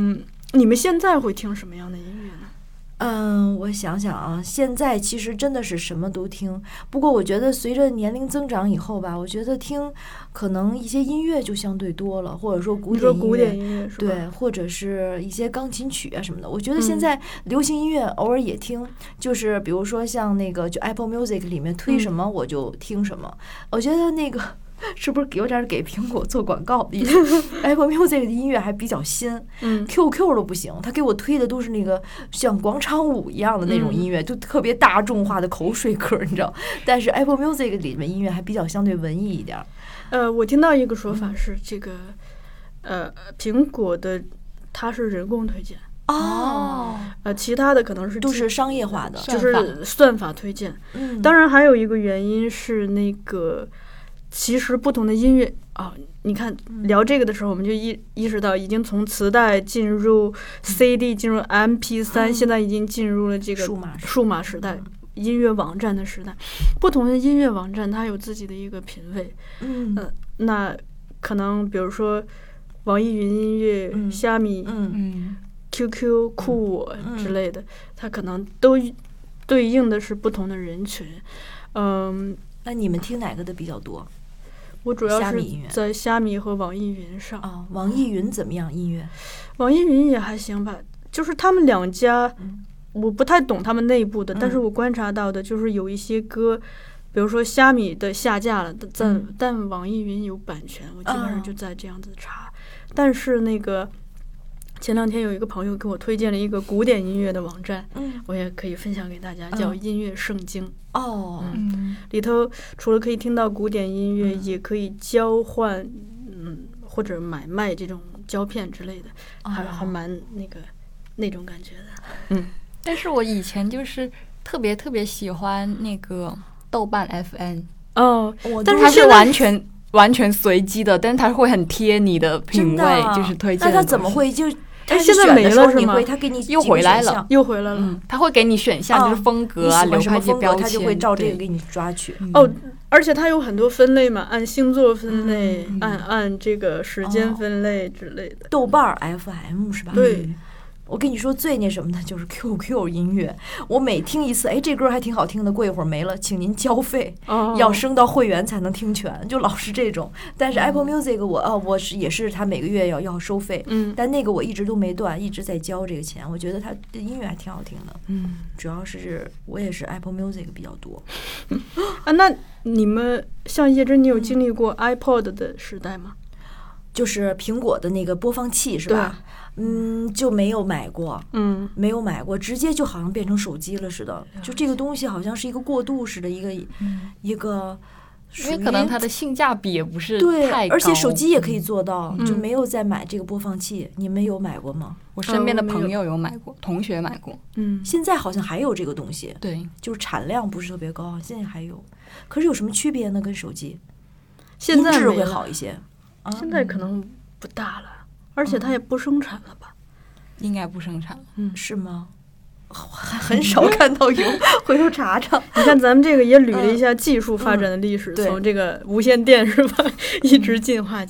你们现在会听什么样的音乐呢？ 我想想啊，现在其实真的是什么都听。不过我觉得随着年龄增长以后吧，我觉得听可能一些音乐就相对多了，或者说古你说典音乐， 古典音乐是吧？ 对，或者是一些钢琴曲啊什么的。我觉得现在流行音乐偶尔也听，就是比如说像那个就 Apple Music 里面推什么我就听什么。我觉得那个是不是有点给苹果做广告的意思？Apple Music 的音乐还比较新，QQ 都不行，他给我推的都是那个像广场舞一样的那种音乐，就特别大众化的口水歌，你知道？但是 Apple Music 里面音乐还比较相对文艺一点。 我听到一个说法是这个，苹果的它是人工推荐。其他的可能是都是商业化的， 就是算法推荐。当然还有一个原因是那个。其实不同的音乐啊，你看聊这个的时候，我们就意识到，已经从磁带进入 CD， 进入 MP3，现在已经进入了这个数码时代，音乐网站的时代。不同的音乐网站它有自己的一个品味。那可能比如说网易云音乐、虾米、QQ、酷我之类的，它可能都对应的是不同的人群。 那你们听哪个的比较多？ 我主要是在虾米和网易云上。 网易云怎么样？音乐？ 网易云也还行吧，就是他们两家，我不太懂他们内部的，但是我观察到的就是有一些歌，比如说虾米的下架了，但网易云有版权，我基本上就在这样子查。但是那个前两天有一个朋友给我推荐了一个古典音乐的网站，我也可以分享给大家，叫音乐圣经。里头除了可以听到古典音乐，也可以交换，或者买卖这种胶片之类的，还蛮那种感觉的。 但是我以前就是特别喜欢那个豆瓣 FM。但是它是完全随机的，但是它会很贴你的品味，就是推荐的。 那它怎么会就？ 现在没了是吗？ 他给你又回来了， 他会给你选项，就是风格啊，留下一些标签， 他就会照这个给你抓取。 而且它有很多分类嘛，按星座分类，按这个时间分类之类的。 豆瓣 FM 是吧？ 对。 我跟你说最那什么的就是 QQ 音乐，我每听一次，这歌还挺好听的，过一会儿没了，请您交费，要升到会员才能听全，就老是这种。但是 Apple Music 我也是他每个月要收费，但那个我一直都没断，一直在交这个钱，我觉得他的音乐还挺好听的，主要是我也是 Apple Music 比较多。 那你们像叶真，你有经历过 iPod 的时代吗？ 就是苹果的那个播放器是吧？就没有买过，没有买过，直接就好像变成手机了似的。就这个东西好像是一个过渡式的一个， 因为可能它的性价比也不是太高， 而且手机也可以做到，就没有再买这个播放器。你们有买过吗？ 我身边的朋友有买过，同学买过。 现在好像还有这个东西， 对， 就是产量不是特别高，现在还有。可是有什么区别呢？跟手机？ 现在音质会好一些。 现在可能不大了，而且它也不生产了吧？ 应该不生产了。 是吗？很少看到有，回头查查。 你看咱们这个也捋了一下技术发展的历史，从这个无线电是吧，一直进化。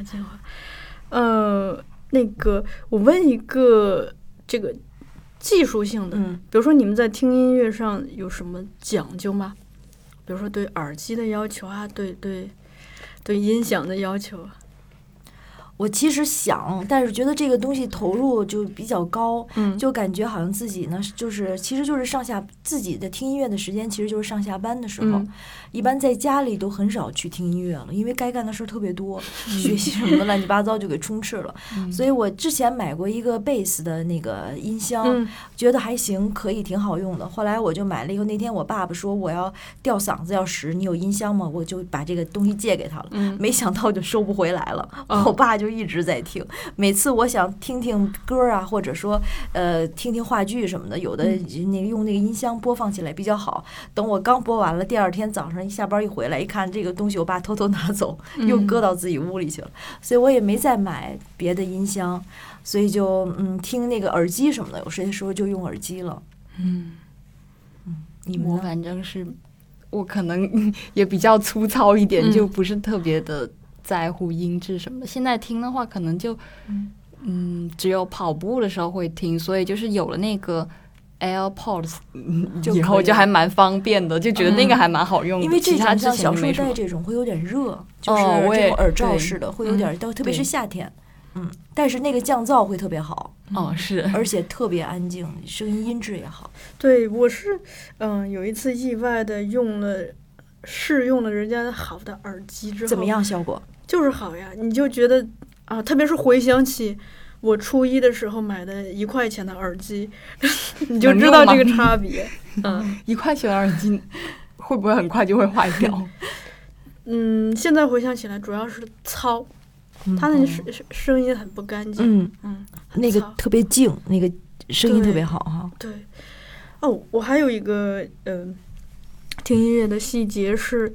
那个我问一个这个技术性的，比如说你们在听音乐上有什么讲究吗？比如说对耳机的要求啊，对音响的要求。 我其实想，但是觉得这个东西投入就比较高，就感觉好像自己呢，其实就是上下自己的听音乐的时间，其实就是上下班的时候，一般在家里都很少去听音乐了，因为该干的事儿特别多，学习什么的乱七八糟就给充斥了。所以我之前买过一个贝斯的那个音箱，觉得还行，可以挺好用的。后来我就买了以后，那天我爸爸说我要吊嗓子要使，你有音箱吗？我就把这个东西借给他了，没想到就收不回来了。我爸就一直在听，每次我想听听歌啊，或者说听听话剧什么的，有的那个用那个音箱播放起来比较好。等我刚播完了，第二天早上一下班一回来，一看这个东西，我爸偷偷拿走，又搁到自己屋里去了。所以我也没再买别的音箱，所以就听那个耳机什么的，有些时候就用耳机了。你们我反正是我可能也比较粗糙一点，就不是特别的在乎音质什么的。现在听的话，可能就只有跑步的时候会听，所以就是有了那个 AirPods 以后就可以就还蛮方便的，就觉得那个还蛮好用的。 因为这其他之种像小树前就没什么戴这种会有点热，就是我也这种耳罩对式的会有点，特别是对夏天。但是那个降噪会特别好， 是， 而且特别安静，声音音质也好。 对，我是有一次意外的试用了人家好的耳机之后， 怎么样效果？ 就是好呀，你就觉得啊，特别是回想起我初一的时候买的1块钱的耳机，你就知道这个差别。 1块钱的耳机会不会很快就会坏掉？ 现在回想起来，主要是糙，它那声音很不干净。 那个特别静，那个声音特别好哈。 对。哦，我还有一个听音乐的细节是，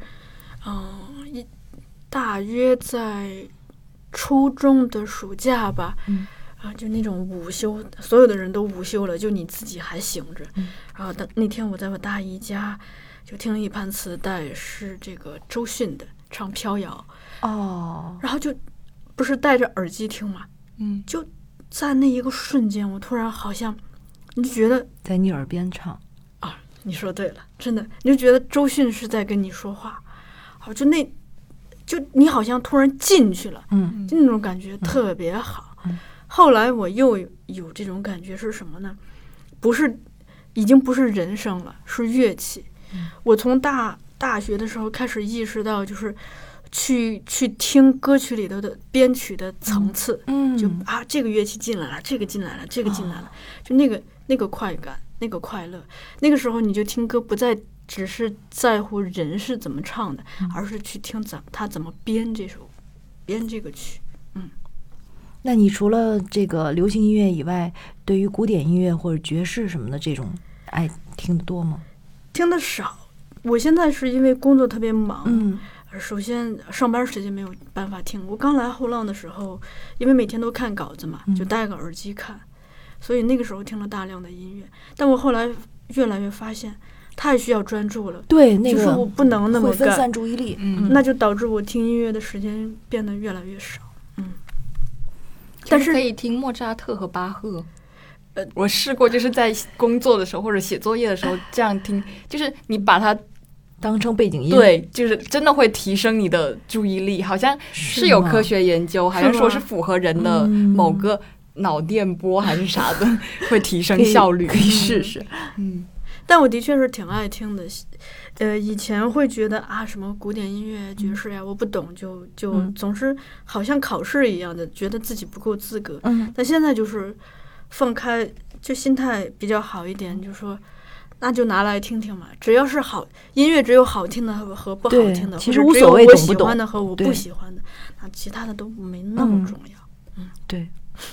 大约在初中的暑假吧，就那种午休，所有的人都午休了，就你自己还醒着。然后那天我在我大姨家就听了一盘磁带，是这个周迅的唱《飘摇》。然后就不是戴着耳机听嘛，就在那一个瞬间，我突然好像你就觉得在你耳边唱啊，你说对了，真的，你就觉得周迅是在跟你说话，就你好像突然进去了，就那种感觉特别好。后来我又有这种感觉是什么呢？已经不是人声了，是乐器。我从大学的时候开始意识到，就是去听歌曲里头的编曲的层次，就这个乐器进来了，这个进来了，这个进来了，就那个快感，那个快乐。那个时候你就听歌不再只是在乎人是怎么唱的，而是去听他怎么编这个曲。 那你除了这个流行音乐以外，对于古典音乐或者爵士什么的这种，爱听得多吗？ 听得少。我现在是因为工作特别忙，首先上班时间没有办法听。我刚来后浪的时候，因为每天都看稿子嘛，就戴个耳机看，所以那个时候听了大量的音乐。但我后来越来越发现，太需要专注了。 对，那个就是我不能那么会分散注意力， 那就导致我听音乐的时间变得越来越少。 但是可以听莫扎特和巴赫。我试过，就是在工作的时候或者写作业的时候这样听，就是你把它当成背景音， 对，就是真的会提升你的注意力，好像是有科学研究，好像说是符合人的某个脑电波还是啥的，会提升效率， 可以试试。 但我的确是挺爱听的。以前会觉得什么古典音乐、爵士呀，我不懂，就总是好像考试一样的，觉得自己不够资格。但现在就是放开，就心态比较好一点，就说那就拿来听听嘛。只要是好音乐，只有好听的和不好听的， 其实无所谓我喜欢的和我不喜欢的，那其他的都没那么重要。 对。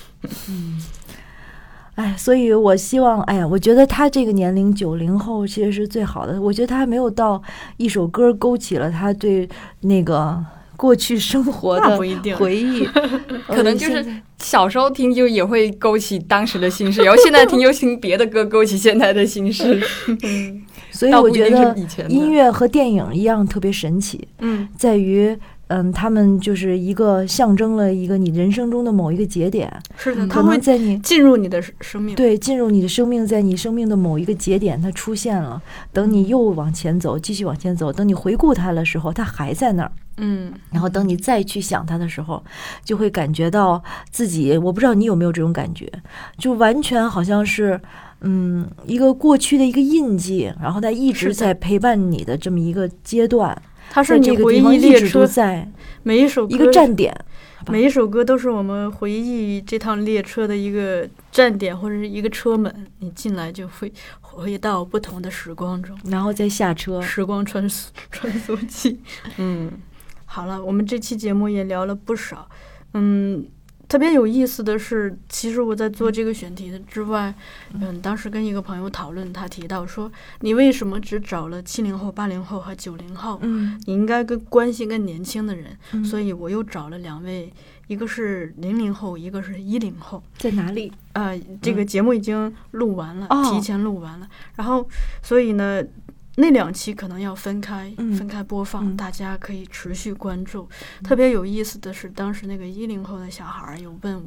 所以我希望，我觉得他这个年龄90后其实是最好的。我觉得他还没有到一首歌勾起了他对那个过去生活的回忆， 可能就是小时候听就也会勾起当时的心事，然后现在听又听别的歌勾起现在的心事。 所以我觉得音乐和电影一样特别神奇，在于他们就是一个象征了一个你人生中的某一个节点。 是的， 可能在你进入你的生命， 对，进入你的生命，在你生命的某一个节点它出现了，等你又往前走，继续往前走，等你回顾它的时候它还在那儿。然后等你再去想它的时候，就会感觉到自己，我不知道你有没有这种感觉，就完全好像是一个过去的一个印记，然后它一直在陪伴你的这么一个阶段， 它是你回忆列车在每一首歌一个站点， 每一首歌都是我们回忆这趟列车的一个站点或者是一个车门，你进来就会回到不同的时光中， 然后再下车， 时光穿梭机。好了，我们这期节目也聊了不少。特别有意思的是，其实我在做这个选题的之外，当时跟一个朋友讨论，他提到说，你为什么只找了70后、80后和90后？你应该关心更年轻的人。所以我又找了2位，一个是00后，一个是10后。 在哪里？ 这个节目已经录完了，提前录完了。然后，所以呢，那2期可能要分开播放，大家可以持续关注。特别有意思的是，当时那个10后的小孩有问我，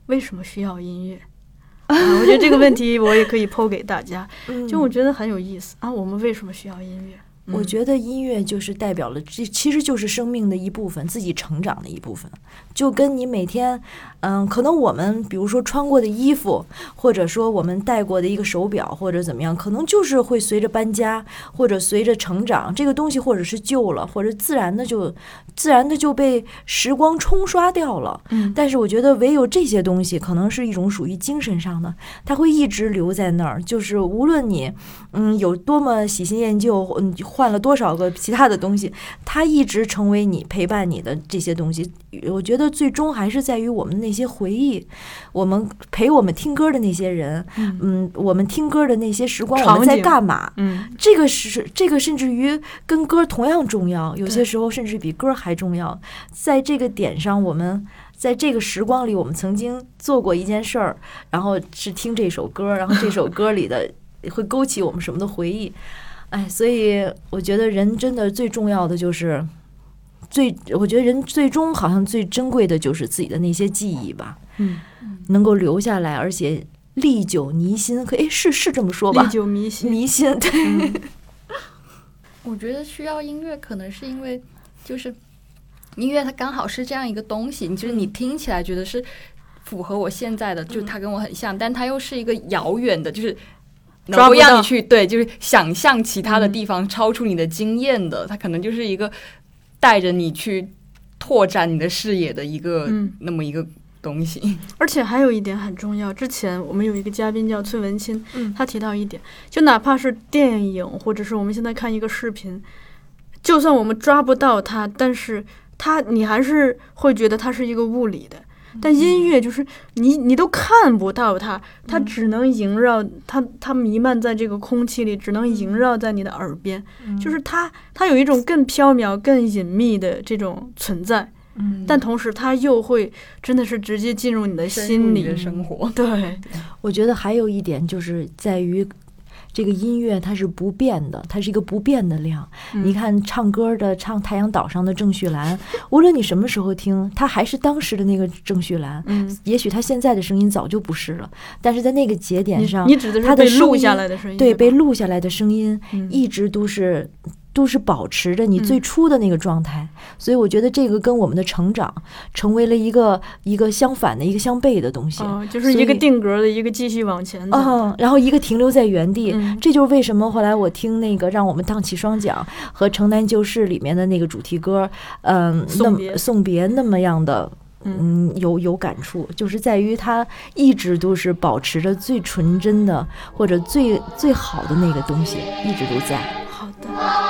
为什么需要音乐？我觉得这个问题我也可以抛给大家，就我觉得很有意思啊。我们为什么需要音乐？ 我觉得音乐就是代表了，这其实就是生命的一部分，自己成长的一部分。就跟你每天，可能我们比如说穿过的衣服，或者说我们戴过的一个手表，或者怎么样，可能就是会随着搬家或者随着成长，这个东西或者是旧了，或者自然的就被时光冲刷掉了。但是我觉得唯有这些东西，可能是一种属于精神上的，它会一直留在那儿。就是无论你，有多么喜新厌旧，换了多少个其他的东西，它一直成为你陪伴你的这些东西。我觉得最终还是在于我们那些回忆，我们陪我们听歌的那些人，我们听歌的那些时光，我们在干嘛？这个甚至于跟歌同样重要，有些时候甚至比歌还重要。在这个点上，我们在这个时光里，我们曾经做过一件事儿，然后是听这首歌，然后这首歌里的会勾起我们什么的回忆。所以我觉得人真的最重要的就是我觉得人最终好像最珍贵的就是自己的那些记忆吧，能够留下来，而且历久弥新，是这么说吧？ 历久弥新， 对。 我觉得需要音乐，可能是因为就是音乐它刚好是这样一个东西，就是你听起来觉得是符合我现在的，就是它跟我很像，但它又是一个遥远的，就是能够让你去就是想象其他的地方，超出你的经验的，它可能就是一个带着你去拓展你的视野的一个那么一个东西。 而且还有一点很重要，之前我们有一个嘉宾叫崔文清，他提到一点，就哪怕是电影或者是我们现在看一个视频，就算我们抓不到它，但是你还是会觉得它是一个物理的。但音乐就是你都看不到它只能萦绕，它弥漫在这个空气里，只能萦绕在你的耳边，就是它有一种更缥缈更隐秘的这种存在，但同时它又会真的是直接进入你的心里的生活。 对， 我觉得还有一点就是在于这个音乐它是不变的，它是一个不变的量。你看唱歌的，唱《太阳岛上的郑绪岚》，无论你什么时候听，它还是当时的那个郑绪岚。也许他现在的声音早就不是了，但是在那个节点上， 你指的是被录下来的声音， 对，被录下来的声音一直都是保持着你最初的那个状态，所以我觉得这个跟我们的成长成为了一个相反的一个相悖的东西， 就是一个定格的，一个继续往前走， 然后一个停留在原地。这就是为什么后来我听那个让我们荡起双桨和城南旧事里面的那个主题歌，送别那么样的有感触，就是在于它一直都是保持着最纯真的或者最好的那个东西，一直都在。 好的。